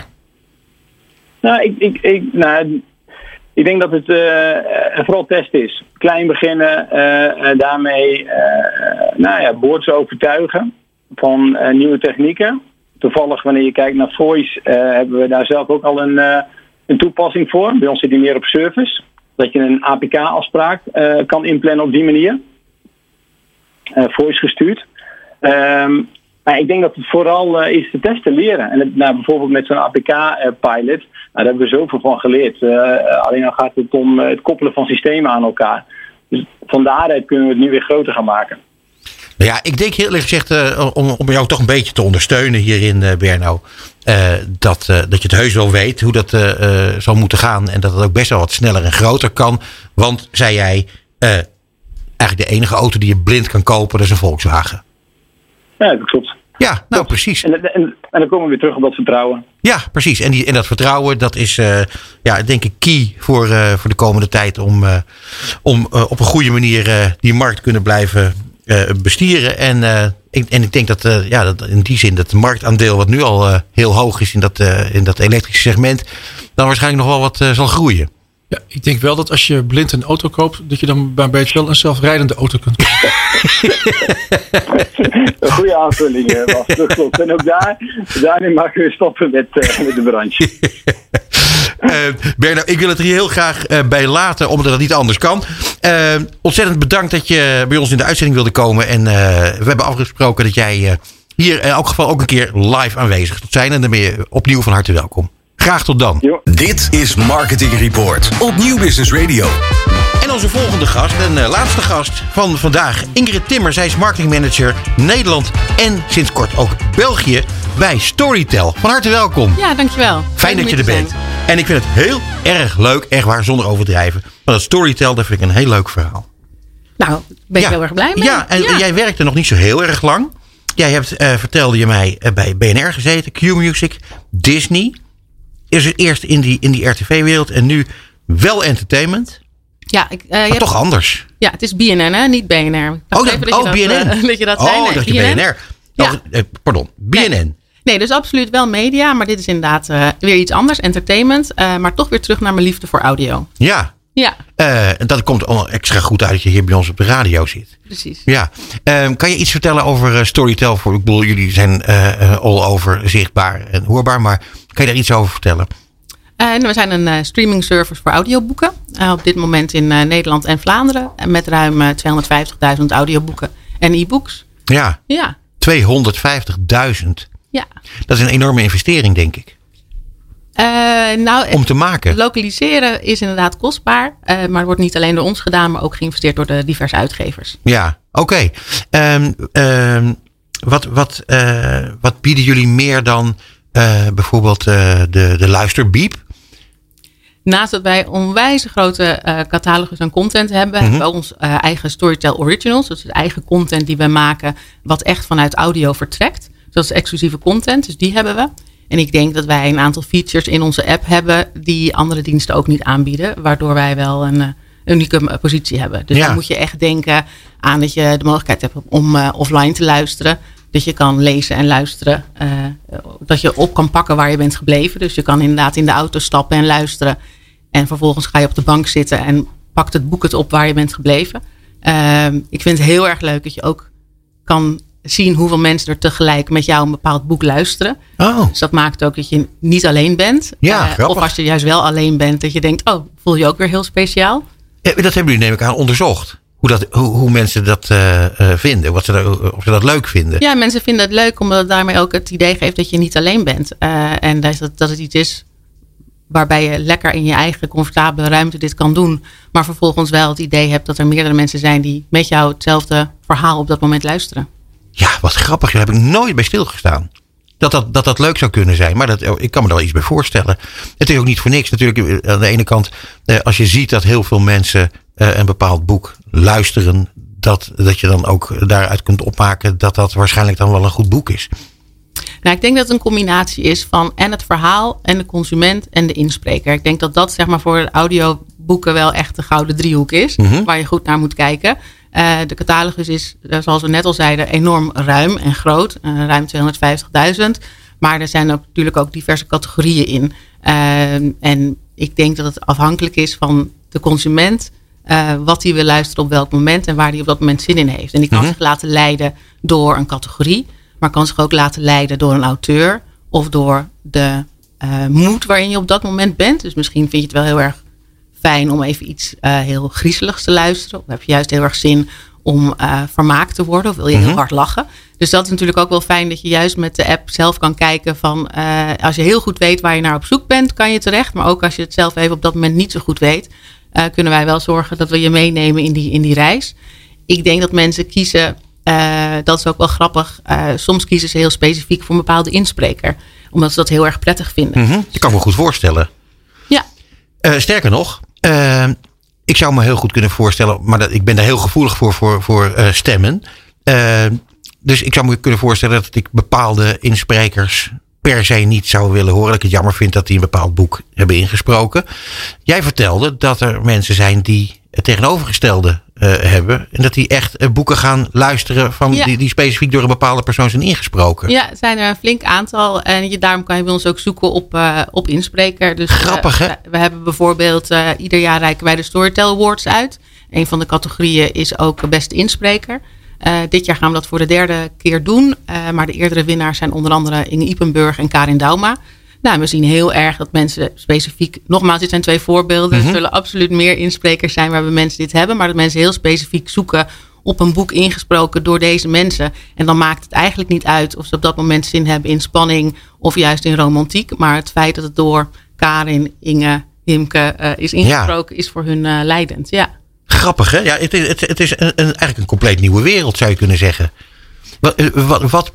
Nou, ik denk dat het vooral test is. Klein beginnen, daarmee boards overtuigen van nieuwe technieken. Toevallig, wanneer je kijkt naar voice, hebben we daar zelf ook al een toepassing voor. Bij ons zit die meer op service. Dat je een APK-afspraak kan inplannen op die manier. Voice gestuurd. Maar ik denk dat het vooral is te testen leren. En bijvoorbeeld met zo'n APK-pilot, daar hebben we zoveel van geleerd. Alleen dan gaat het om het koppelen van systemen aan elkaar. Dus van daaruit kunnen we het nu weer groter gaan maken. Ja, ik denk heel eerlijk gezegd, om jou toch een beetje te ondersteunen hierin, Berno, dat je het heus wel weet hoe dat zal moeten gaan. En dat het ook best wel wat sneller en groter kan. Want, zei jij, eigenlijk de enige auto die je blind kan kopen, dat is een Volkswagen. Ja, dat klopt. Ja, nou precies. En dan komen we weer terug op dat vertrouwen. Ja, precies. En dat vertrouwen, dat is denk ik key voor de komende tijd om op een goede manier die markt kunnen blijven bestieren. En ik denk dat in die zin dat het marktaandeel wat nu al heel hoog is in dat elektrische segment, dan waarschijnlijk nog wel wat zal groeien. Ja, ik denk wel dat als je blind een auto koopt, dat je dan bij een beetje wel een zelfrijdende auto kunt kopen. Een goede aanvulling, Bas. Dat klopt. En ook daarin mag je weer stoppen met de branche. Berno, ik wil het er heel graag bij laten, omdat het niet anders kan. Ontzettend bedankt dat je bij ons in de uitzending wilde komen. En we hebben afgesproken dat jij hier in elk geval ook een keer live aanwezig zult zijn. En dan ben je opnieuw van harte welkom. Graag tot dan. Jo. Dit is Marketing Report op Nieuw Business Radio. En onze volgende gast en laatste gast van vandaag, Ingrid Timmer. Zij is marketingmanager Nederland en sinds kort ook België bij Storytel. Van harte welkom. Ja, dankjewel. Fijn dat je er bent. En ik vind het heel erg leuk, echt waar, zonder overdrijven. Maar dat Storytel, dat vind ik een heel leuk verhaal. Nou, ben ik heel erg blij mee. Ja, en jij werkte nog niet zo heel erg lang. Jij hebt, vertelde je mij, bij BNR gezeten, Q-Music, Disney. Is het eerst in die RTV-wereld en nu wel entertainment. Ja, maar toch anders. Ja, het is BNN, hè? Niet BNR. BNN. Dat je dat zei. Nee, dat je BNR. Ja. Pardon, BNN. Nee, dus absoluut wel media, maar dit is inderdaad weer iets anders, entertainment. Maar toch weer terug naar mijn liefde voor audio. Ja. Ja. En dat komt allemaal extra goed uit dat je hier bij ons op de radio zit. Precies. Ja. Kan je iets vertellen over Storytel? Ik bedoel, jullie zijn all over zichtbaar en hoorbaar, maar kan je daar iets over vertellen? We zijn een streaming service voor audioboeken. Op dit moment in Nederland en Vlaanderen. Met ruim 250.000 audioboeken en e-books. Ja. 250.000. Ja. Dat is een enorme investering, denk ik. Om te maken. Lokaliseren is inderdaad kostbaar. Maar het wordt niet alleen door ons gedaan, maar ook geïnvesteerd door de diverse uitgevers. Ja, oké. Wat bieden jullie meer dan bijvoorbeeld de luisterbiep? Naast dat wij onwijs grote catalogus aan content hebben, hebben we ons eigen Storytel Originals. Dat is eigen content die we maken, wat echt vanuit audio vertrekt. Dus dat is exclusieve content, dus die hebben we. En ik denk dat wij een aantal features in onze app hebben die andere diensten ook niet aanbieden. Waardoor wij wel een unieke positie hebben. Dus dan moet je echt denken aan dat je de mogelijkheid hebt om offline te luisteren. Dat je kan lezen en luisteren. Dat je op kan pakken waar je bent gebleven. Dus je kan inderdaad in de auto stappen en luisteren. En vervolgens ga je op de bank zitten en pakt het boek het op waar je bent gebleven. Ik vind het heel erg leuk dat je ook kan zien hoeveel mensen er tegelijk met jou een bepaald boek luisteren. Oh. Dus dat maakt ook dat je niet alleen bent. Of als je juist wel alleen bent, dat je denkt, voel je ook weer heel speciaal. Dat hebben jullie neem ik aan onderzocht. hoe mensen dat vinden. Of ze dat leuk vinden. Ja, mensen vinden het leuk omdat het daarmee ook het idee geeft dat je niet alleen bent. En dat het iets is waarbij je lekker in je eigen comfortabele ruimte dit kan doen. Maar vervolgens wel het idee hebt dat er meerdere mensen zijn die met jou hetzelfde verhaal op dat moment luisteren. Ja, wat grappig. Daar heb ik nooit bij stilgestaan. Dat leuk zou kunnen zijn. Maar ik kan me er wel iets bij voorstellen. Het is ook niet voor niks natuurlijk. Aan de ene kant, als je ziet dat heel veel mensen een bepaald boek luisteren, dat je dan ook daaruit kunt opmaken dat waarschijnlijk dan wel een goed boek is. Nou, ik denk dat het een combinatie is van en het verhaal en de consument en de inspreker. Ik denk dat zeg maar voor audioboeken wel echt de gouden driehoek is. Mm-hmm. Waar je goed naar moet kijken. De catalogus is, zoals we net al zeiden, enorm ruim en groot. Ruim 250.000. Maar er zijn natuurlijk ook diverse categorieën in. En ik denk dat het afhankelijk is van de consument. Wat hij wil luisteren op welk moment en waar hij op dat moment zin in heeft. En die kan zich laten leiden door een categorie. Maar kan zich ook laten leiden door een auteur. Of door de mood waarin je op dat moment bent. Dus misschien vind je het wel heel erg fijn om even iets heel griezeligs te luisteren. Of heb je juist heel erg zin om vermaakt te worden. Of wil je heel hard lachen. Dus dat is natuurlijk ook wel fijn dat je juist met de app zelf kan kijken van als je heel goed weet waar je naar op zoek bent, kan je terecht. Maar ook als je het zelf even op dat moment niet zo goed weet, kunnen wij wel zorgen dat we je meenemen in die reis. Ik denk dat mensen kiezen, dat is ook wel grappig. Soms kiezen ze heel specifiek voor een bepaalde inspreker. Omdat ze dat heel erg prettig vinden. Mm-hmm. Dat kan ik me goed voorstellen. Ja. Sterker nog, ik zou me heel goed kunnen voorstellen, maar ik ben daar heel gevoelig voor stemmen. Dus ik zou me kunnen voorstellen dat ik bepaalde insprekers per se niet zou willen horen. Dat ik het jammer vind dat die een bepaald boek hebben ingesproken. Jij vertelde dat er mensen zijn die het tegenovergestelde hebben. En dat die echt boeken gaan luisteren van die specifiek door een bepaalde persoon zijn ingesproken. Ja, het zijn er een flink aantal. En daarom kan je bij ons ook zoeken op inspreker. Dus, grappig, hè? We hebben bijvoorbeeld ieder jaar reiken wij de Storytel Awards uit. Een van de categorieën is ook beste inspreker. Dit jaar gaan we dat voor de 3e keer doen. Maar de eerdere winnaars zijn onder andere Inge Ipenburg en Karin Dauma. Nou, we zien heel erg dat mensen specifiek, nogmaals, dit zijn 2 voorbeelden. Er zullen absoluut meer insprekers zijn waarbij mensen dit hebben. Maar dat mensen heel specifiek zoeken op een boek ingesproken door deze mensen. En dan maakt het eigenlijk niet uit of ze op dat moment zin hebben in spanning of juist in romantiek. Maar het feit dat het door Karin, Inge, Himke is ingesproken is voor hun leidend. Ja. Grappig, hè? Ja, het is eigenlijk een compleet nieuwe wereld, zou je kunnen zeggen. Wat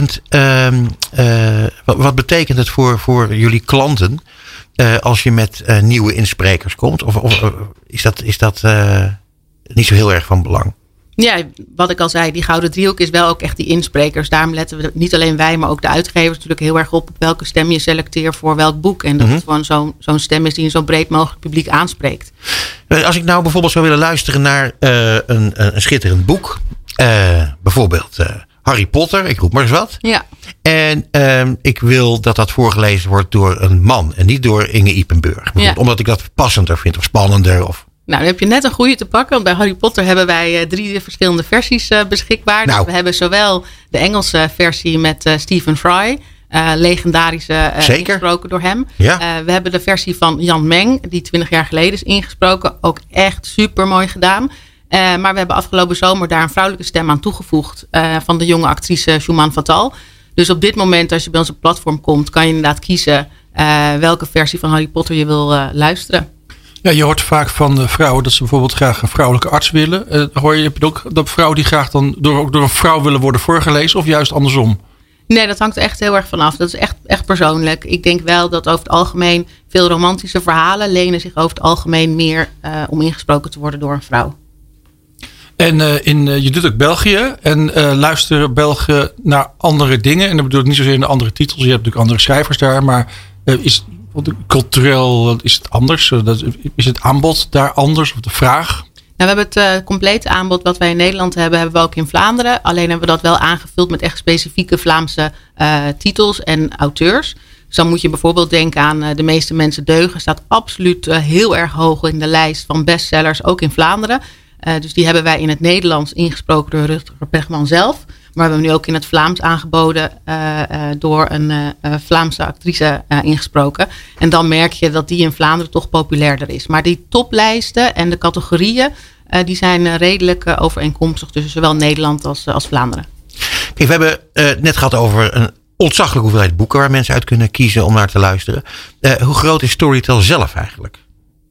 betekent het voor jullie klanten als je met nieuwe insprekers komt? Of is dat niet zo heel erg van belang? Ja, wat ik al zei, die gouden driehoek is wel ook echt die insprekers. Daarom letten we, niet alleen wij, maar ook de uitgevers natuurlijk heel erg op welke stem je selecteert voor welk boek. En dat het gewoon zo'n stem is die een zo breed mogelijk publiek aanspreekt. Als ik nou bijvoorbeeld zou willen luisteren naar een schitterend boek. Bijvoorbeeld Harry Potter, ik roep maar eens wat. Ja. En ik wil dat voorgelezen wordt door een man en niet door Inge Ipenburg. Ja. Omdat ik dat passender vind of spannender. Nou, dan heb je net een goede te pakken. Want bij Harry Potter hebben wij 3 verschillende versies beschikbaar. Nou. Dus we hebben zowel de Engelse versie met Stephen Fry. Legendarische ingesproken door hem. Ja. We hebben de versie van Jan Meng. Die 20 jaar geleden is ingesproken. Ook echt super mooi gedaan. Maar we hebben afgelopen zomer daar een vrouwelijke stem aan toegevoegd. Van de jonge actrice Shuman Fatal. Dus op dit moment als je bij onze platform komt, kan je inderdaad kiezen welke versie van Harry Potter je wil luisteren. Ja, je hoort vaak van de vrouwen dat ze bijvoorbeeld graag een vrouwelijke arts willen. Hoor je ook dat vrouwen die graag dan door een vrouw willen worden voorgelezen of juist andersom? Nee, dat hangt er echt heel erg vanaf. Dat is echt persoonlijk. Ik denk wel dat over het algemeen veel romantische verhalen lenen zich over het algemeen meer om ingesproken te worden door een vrouw. En je doet ook België en luisteren Belgen naar andere dingen. En dat bedoel ik niet zozeer in de andere titels. Je hebt natuurlijk andere schrijvers daar, maar is cultureel is het anders? Is het aanbod daar anders of de vraag? Nou, we hebben het complete aanbod wat wij in Nederland hebben we ook in Vlaanderen. Alleen hebben we dat wel aangevuld met echt specifieke Vlaamse titels en auteurs. Dus dan moet je bijvoorbeeld denken aan De meeste mensen deugen. Staat absoluut heel erg hoog in de lijst van bestsellers, ook in Vlaanderen. Dus die hebben wij in het Nederlands ingesproken door Rutger Bregman zelf. Maar we hebben nu ook in het Vlaams aangeboden door een Vlaamse actrice ingesproken. En dan merk je dat die in Vlaanderen toch populairder is. Maar die toplijsten en de categorieën die zijn redelijk overeenkomstig tussen zowel Nederland als Vlaanderen. Kijk, we hebben net gehad over een ontzaglijke hoeveelheid boeken waar mensen uit kunnen kiezen om naar te luisteren. Hoe groot is Storytel zelf eigenlijk?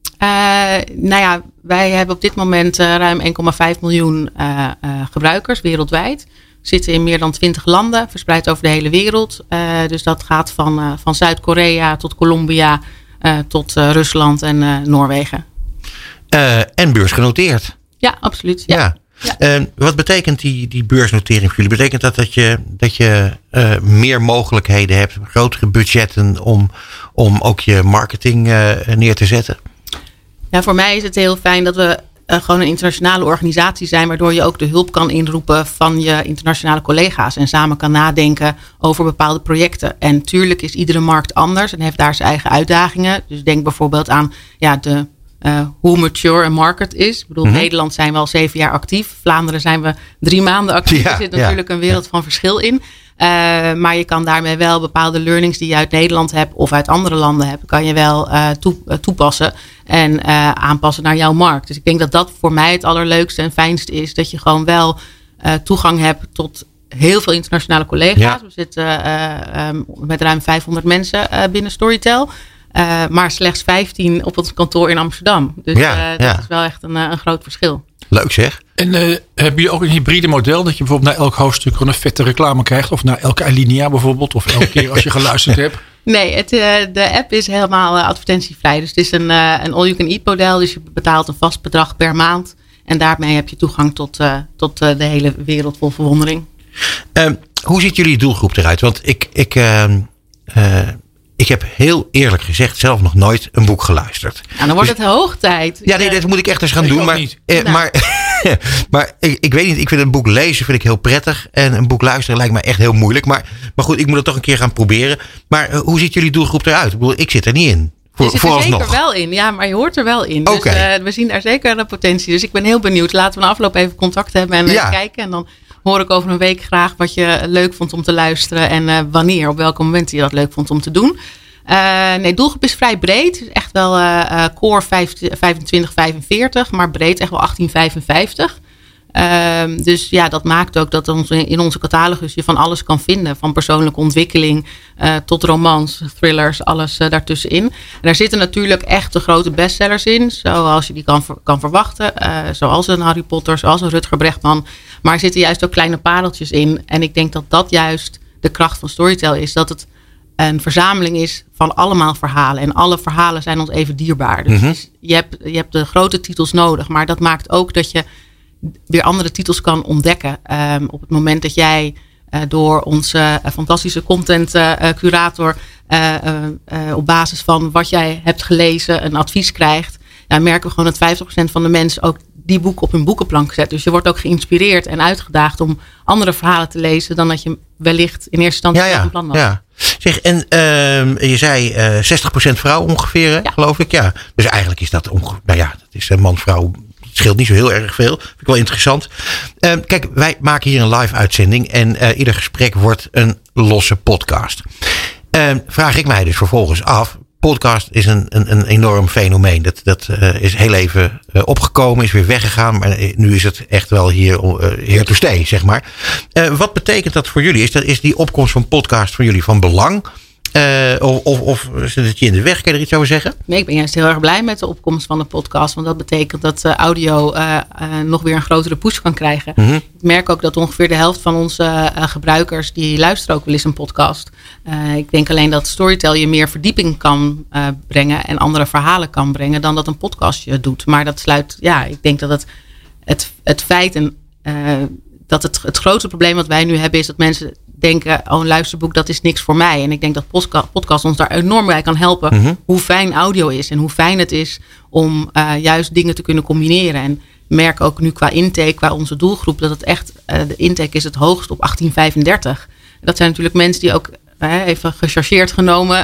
Wij hebben op dit moment ruim 1,5 miljoen gebruikers wereldwijd. We zitten in meer dan 20 landen, verspreid over de hele wereld. Dus dat gaat van Zuid-Korea tot Colombia tot Rusland en Noorwegen. En beursgenoteerd. Ja, absoluut. Ja. Wat betekent die beursnotering voor jullie? Betekent dat je meer mogelijkheden hebt, grotere budgetten om ook je marketing neer te zetten? Ja, voor mij is het heel fijn dat we gewoon een internationale organisatie zijn, waardoor je ook de hulp kan inroepen van je internationale collega's en samen kan nadenken over bepaalde projecten. En tuurlijk is iedere markt anders en heeft daar zijn eigen uitdagingen. Dus denk bijvoorbeeld aan hoe mature een market is. Ik bedoel, Nederland zijn we al 7 jaar actief. Vlaanderen zijn we 3 maanden actief. Er zit natuurlijk een wereld van verschil in. Maar je kan daarmee wel bepaalde learnings die je uit Nederland hebt of uit andere landen hebt, kan je wel toepassen en aanpassen naar jouw markt. Dus ik denk dat dat voor mij het allerleukste en fijnste is. Dat je gewoon wel toegang hebt tot heel veel internationale collega's. Ja. We zitten met ruim 500 mensen binnen Storytel. Maar slechts 15 op ons kantoor in Amsterdam. Dus dat is wel echt een groot verschil. Leuk zeg. En heb je ook een hybride model? Dat je bijvoorbeeld na elk hoofdstuk gewoon een vette reclame krijgt? Of na elke alinea bijvoorbeeld? Of elke keer als je geluisterd hebt? Nee, de app is helemaal advertentievrij. Dus het is een all-you-can-eat model. Dus je betaalt een vast bedrag per maand. En daarmee heb je toegang tot de hele wereld vol verwondering. Hoe ziet jullie doelgroep eruit? Want ik heb heel eerlijk gezegd zelf nog nooit een boek geluisterd. Nou, dan wordt het hoog tijd. Ja, nee, dat moet ik echt eens gaan doen. Maar ik weet niet, ik vind een boek lezen vind ik heel prettig. En een boek luisteren lijkt me echt heel moeilijk. Maar goed, ik moet het toch een keer gaan proberen. Maar hoe ziet jullie doelgroep eruit? Ik bedoel, ik zit er niet in. Je zit er zeker wel in. Ja, maar je hoort er wel in. Okay. Dus we zien daar zeker de potentie. Dus ik ben heel benieuwd. Laten we na afloop even contact hebben en kijken. En dan hoor ik over een week graag wat je leuk vond om te luisteren. En wanneer, op welke momenten je dat leuk vond om te doen. Doelgroep is vrij breed. Dus echt wel core 25-45. Maar breed echt wel 18-55. Dus ja, dat maakt ook dat in onze catalogus je van alles kan vinden. Van persoonlijke ontwikkeling tot romans, thrillers, alles daartussenin. En daar zitten natuurlijk echt de grote bestsellers in. Zoals je die kan verwachten. Zoals een Harry Potter, zoals een Rutger Bregman. Maar er zitten juist ook kleine pareltjes in. En ik denk dat dat juist de kracht van Storytel is. Dat het een verzameling is van allemaal verhalen. En alle verhalen zijn ons even dierbaar. Dus je hebt de grote titels nodig. Maar dat maakt ook dat je weer andere titels kan ontdekken. Op het moment dat jij door onze fantastische content curator op basis van wat jij hebt gelezen een advies krijgt. Dan merken we gewoon dat 50% van de mensen ook die boek op hun boekenplank zet. Dus je wordt ook geïnspireerd en uitgedaagd om andere verhalen te lezen dan dat je wellicht in eerste instantie een plan had. Ja. Zeg, en je zei 60% vrouw ongeveer, geloof ik. Ja. Dus eigenlijk is dat dat is man-vrouw. Het scheelt niet zo heel erg veel. Vind ik wel interessant. Kijk, wij maken hier een live uitzending en ieder gesprek wordt een losse podcast. Vraag ik mij dus vervolgens af. Podcast is een enorm fenomeen. Dat is heel even opgekomen, is weer weggegaan. Maar nu is het echt wel hier here to stay, zeg maar. Wat betekent dat voor jullie? Is die opkomst van podcast voor jullie van belang? Of zit het je in de weg? Kan je er iets over zeggen? Nee, ik ben juist heel erg blij met de opkomst van de podcast. Want dat betekent dat audio nog weer een grotere push kan krijgen. Mm-hmm. Ik merk ook dat ongeveer de helft van onze gebruikers die luisteren ook wel eens een podcast. Ik denk alleen dat Storytel je meer verdieping kan brengen en andere verhalen kan brengen dan dat een podcast je doet. Maar dat sluit, ik denk dat het feit en dat het grootste probleem wat wij nu hebben is dat mensen denken, een luisterboek, dat is niks voor mij. En ik denk dat podcast ons daar enorm bij kan helpen. Mm-hmm. Hoe fijn audio is en hoe fijn het is om juist dingen te kunnen combineren. En merk ook nu qua intake, qua onze doelgroep, dat het echt, de intake is het hoogst op 1835. Dat zijn natuurlijk mensen die ook, even gechargeerd genomen,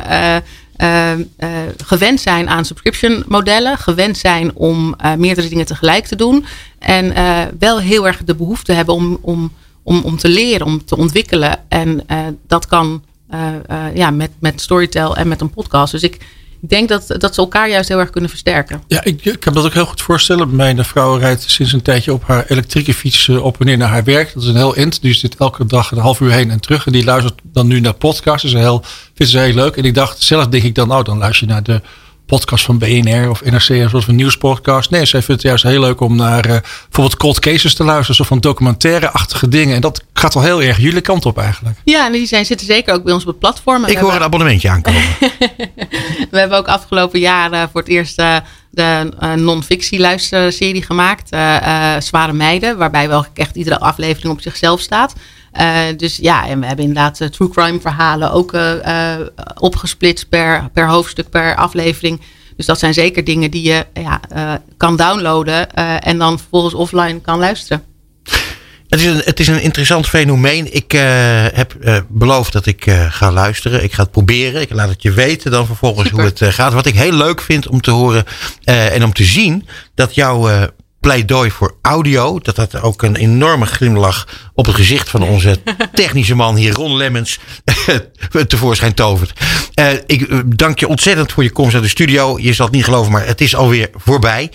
gewend zijn aan subscription modellen. Gewend zijn om meerdere dingen tegelijk te doen. En wel heel erg de behoefte hebben om te leren, om te ontwikkelen. En dat kan met Storytel en met een podcast. Dus ik Ik denk dat ze elkaar juist heel erg kunnen versterken. Ja, ik kan dat ook heel goed voorstellen. Mijn vrouw rijdt sinds een tijdje op haar elektrische fiets op en neer naar haar werk. Dat is een heel eind. Die zit elke dag een half uur heen en terug. En die luistert dan nu naar podcasts. Vindt ze heel leuk. En ik dacht, zelf denk ik dan, dan luister je naar de podcast van BNR of NRC of een nieuwspodcast. Nee, zij vindt het juist heel leuk om naar bijvoorbeeld cold cases te luisteren. Zo van documentaire-achtige dingen. En dat gaat wel heel erg jullie kant op eigenlijk. Ja, en die zitten zeker ook bij ons op het platform. Ik hoor een abonnementje aankomen. We hebben ook afgelopen jaar voor het eerst de non-fictie luisterserie gemaakt. Zware Meiden. Waarbij wel echt iedere aflevering op zichzelf staat. Dus ja, en we hebben inderdaad true crime verhalen ook opgesplitst per hoofdstuk, per aflevering. Dus dat zijn zeker dingen die je kan downloaden en dan vervolgens offline kan luisteren. Het is een interessant fenomeen. Ik heb beloofd dat ik ga luisteren. Ik ga het proberen. Ik laat het je weten dan vervolgens hoe het gaat. Wat ik heel leuk vind om te horen en om te zien, dat jouw pleidooi voor audio, dat ook een enorme glimlach op het gezicht van onze technische man hier, Ron Lemmens, tevoorschijn tovert. Ik dank je ontzettend voor je komst naar de studio. Je zal het niet geloven, maar het is alweer voorbij.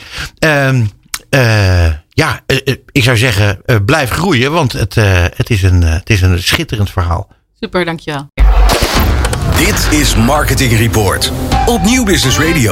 Ik zou zeggen, blijf groeien, want het is een schitterend verhaal. Super, dankjewel. Dit is Marketing Report op Nieuw Business Radio.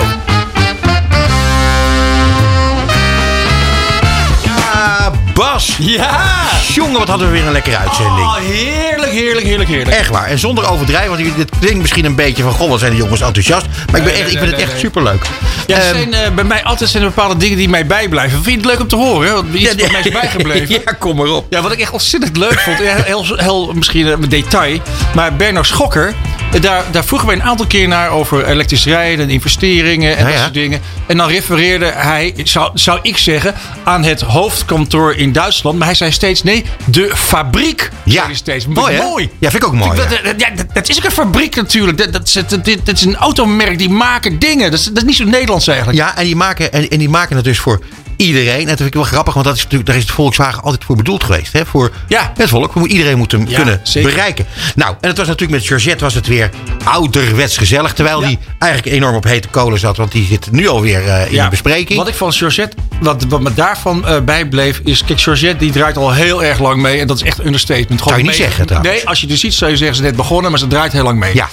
Bas! Ja! Jongen, wat hadden we weer een lekkere uitzending. Oh, heerlijk. Echt waar. En zonder overdrijven, want dit klinkt misschien een beetje van, goh, wat zijn de jongens enthousiast. Maar ik vind het echt superleuk. Ja, bij mij altijd zijn er bepaalde dingen die mij bijblijven. Vind je het leuk om te horen? Wat mij is bijgebleven. Ja, kom maar op. Ja, wat ik echt ontzettend leuk vond. Heel misschien een detail. Maar Bernard Schokker, daar vroegen wij een aantal keer naar over elektrisch rijden en investeringen en dat soort dingen. En dan refereerde hij, zou ik zeggen, aan het hoofdkantoor in Duitsland. Maar hij zei steeds, nee, de fabriek. Ja, steeds. Mooi. Ja, vind ik ook mooi. Dat is ook een fabriek natuurlijk. Dat is een automerk, die maken dingen. Dat is niet zo Nederlands eigenlijk. Ja, en die maken het dus voor iedereen. En dat vind ik wel grappig, want daar is de Volkswagen altijd voor bedoeld geweest. Hè? Voor het volk. Iedereen moet hem kunnen bereiken. Nou, en het was natuurlijk met Georgette was het weer ouderwets gezellig. Terwijl die eigenlijk enorm op hete kolen zat. Want die zit nu alweer in de bespreking. Wat ik van Georgette, wat me daarvan bijbleef, is, kijk, Georgette die draait al heel erg lang mee. En dat is echt een understatement. Kan je niet zeggen trouwens. Nee, als je dus ziet, zou je zeggen, ze net begonnen, maar ze draait heel lang mee. Ja.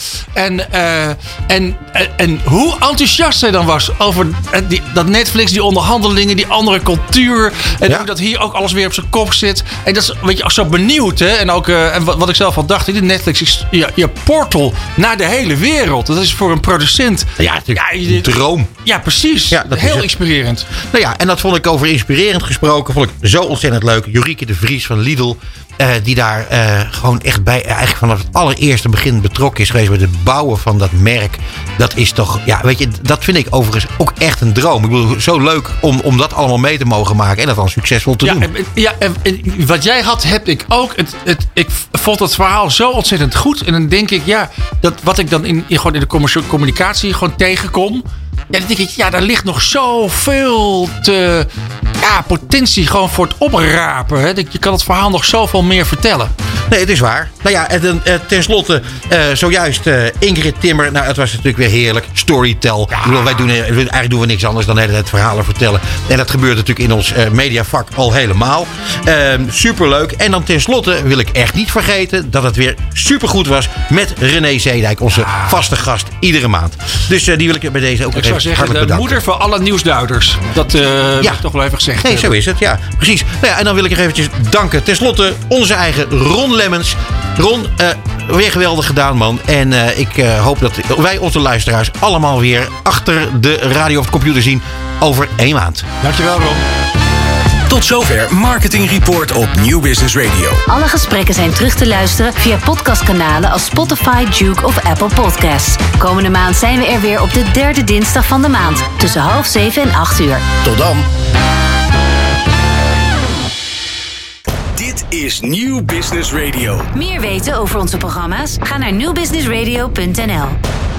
En hoe enthousiast zij dan was over dat Netflix, die onderhandelingen, die andere cultuur. En hoe dat hier ook alles weer op zijn kop zit. En dat is, weet je, zo benieuwd. Hè? En ook en wat ik zelf al dacht. Netflix is je portal naar de hele wereld. Dat is voor een producent. Een droom. Ja, precies. Ja, dat heel inspirerend. Nou ja, en dat vond ik over inspirerend gesproken. Vond ik zo ontzettend leuk. Jorieke de Vries van Lidl. Die daar gewoon echt bij, eigenlijk vanaf het allereerste begin betrokken is geweest bij het bouwen van dat merk. Dat is toch, weet je, dat vind ik overigens ook echt een droom. Ik bedoel, zo leuk om dat allemaal mee te mogen maken en dat dan succesvol te doen. En wat jij had, heb ik ook. Ik vond het verhaal zo ontzettend goed. En dan denk ik, dat wat ik dan gewoon in de communicatie gewoon tegenkom. Ja, dan denk ik, daar ligt nog zoveel potentie gewoon voor het oprapen. Hè? Je kan het verhaal nog zoveel meer vertellen. Nee, het is waar. Nou ja, ten slotte zojuist Ingrid Timmer. Nou, het was natuurlijk weer heerlijk. Storytel. Ja. Eigenlijk doen we niks anders dan de hele tijd verhalen vertellen. En dat gebeurt natuurlijk in ons mediavak al helemaal. Superleuk. En dan ten slotte wil ik echt niet vergeten dat het weer supergoed was met René Zeedijk. Onze vaste gast iedere maand. Dus die wil ik bij deze ook even hartelijk bedanken. De moeder van alle nieuwsduiders. Dat wil ik toch wel even gezegd. Nee, zo is het. Ja, precies. Nou ja, en dan wil ik er eventjes danken. Ten slotte onze eigen Ron Lemmens. Ron, weer geweldig gedaan, man. En ik hoop dat wij onze luisteraars allemaal weer achter de radio of de computer zien over 1 maand. Dankjewel, Ron. Tot zover Marketing Report op Nieuw Business Radio. Alle gesprekken zijn terug te luisteren via podcastkanalen als Spotify, Juke of Apple Podcasts. Komende maand zijn we er weer op de 3e dinsdag van de maand. Tussen 6:30 en 8:00. Tot dan. Dit is Nieuw Business Radio. Meer weten over onze programma's? Ga naar nieuwbusinessradio.nl.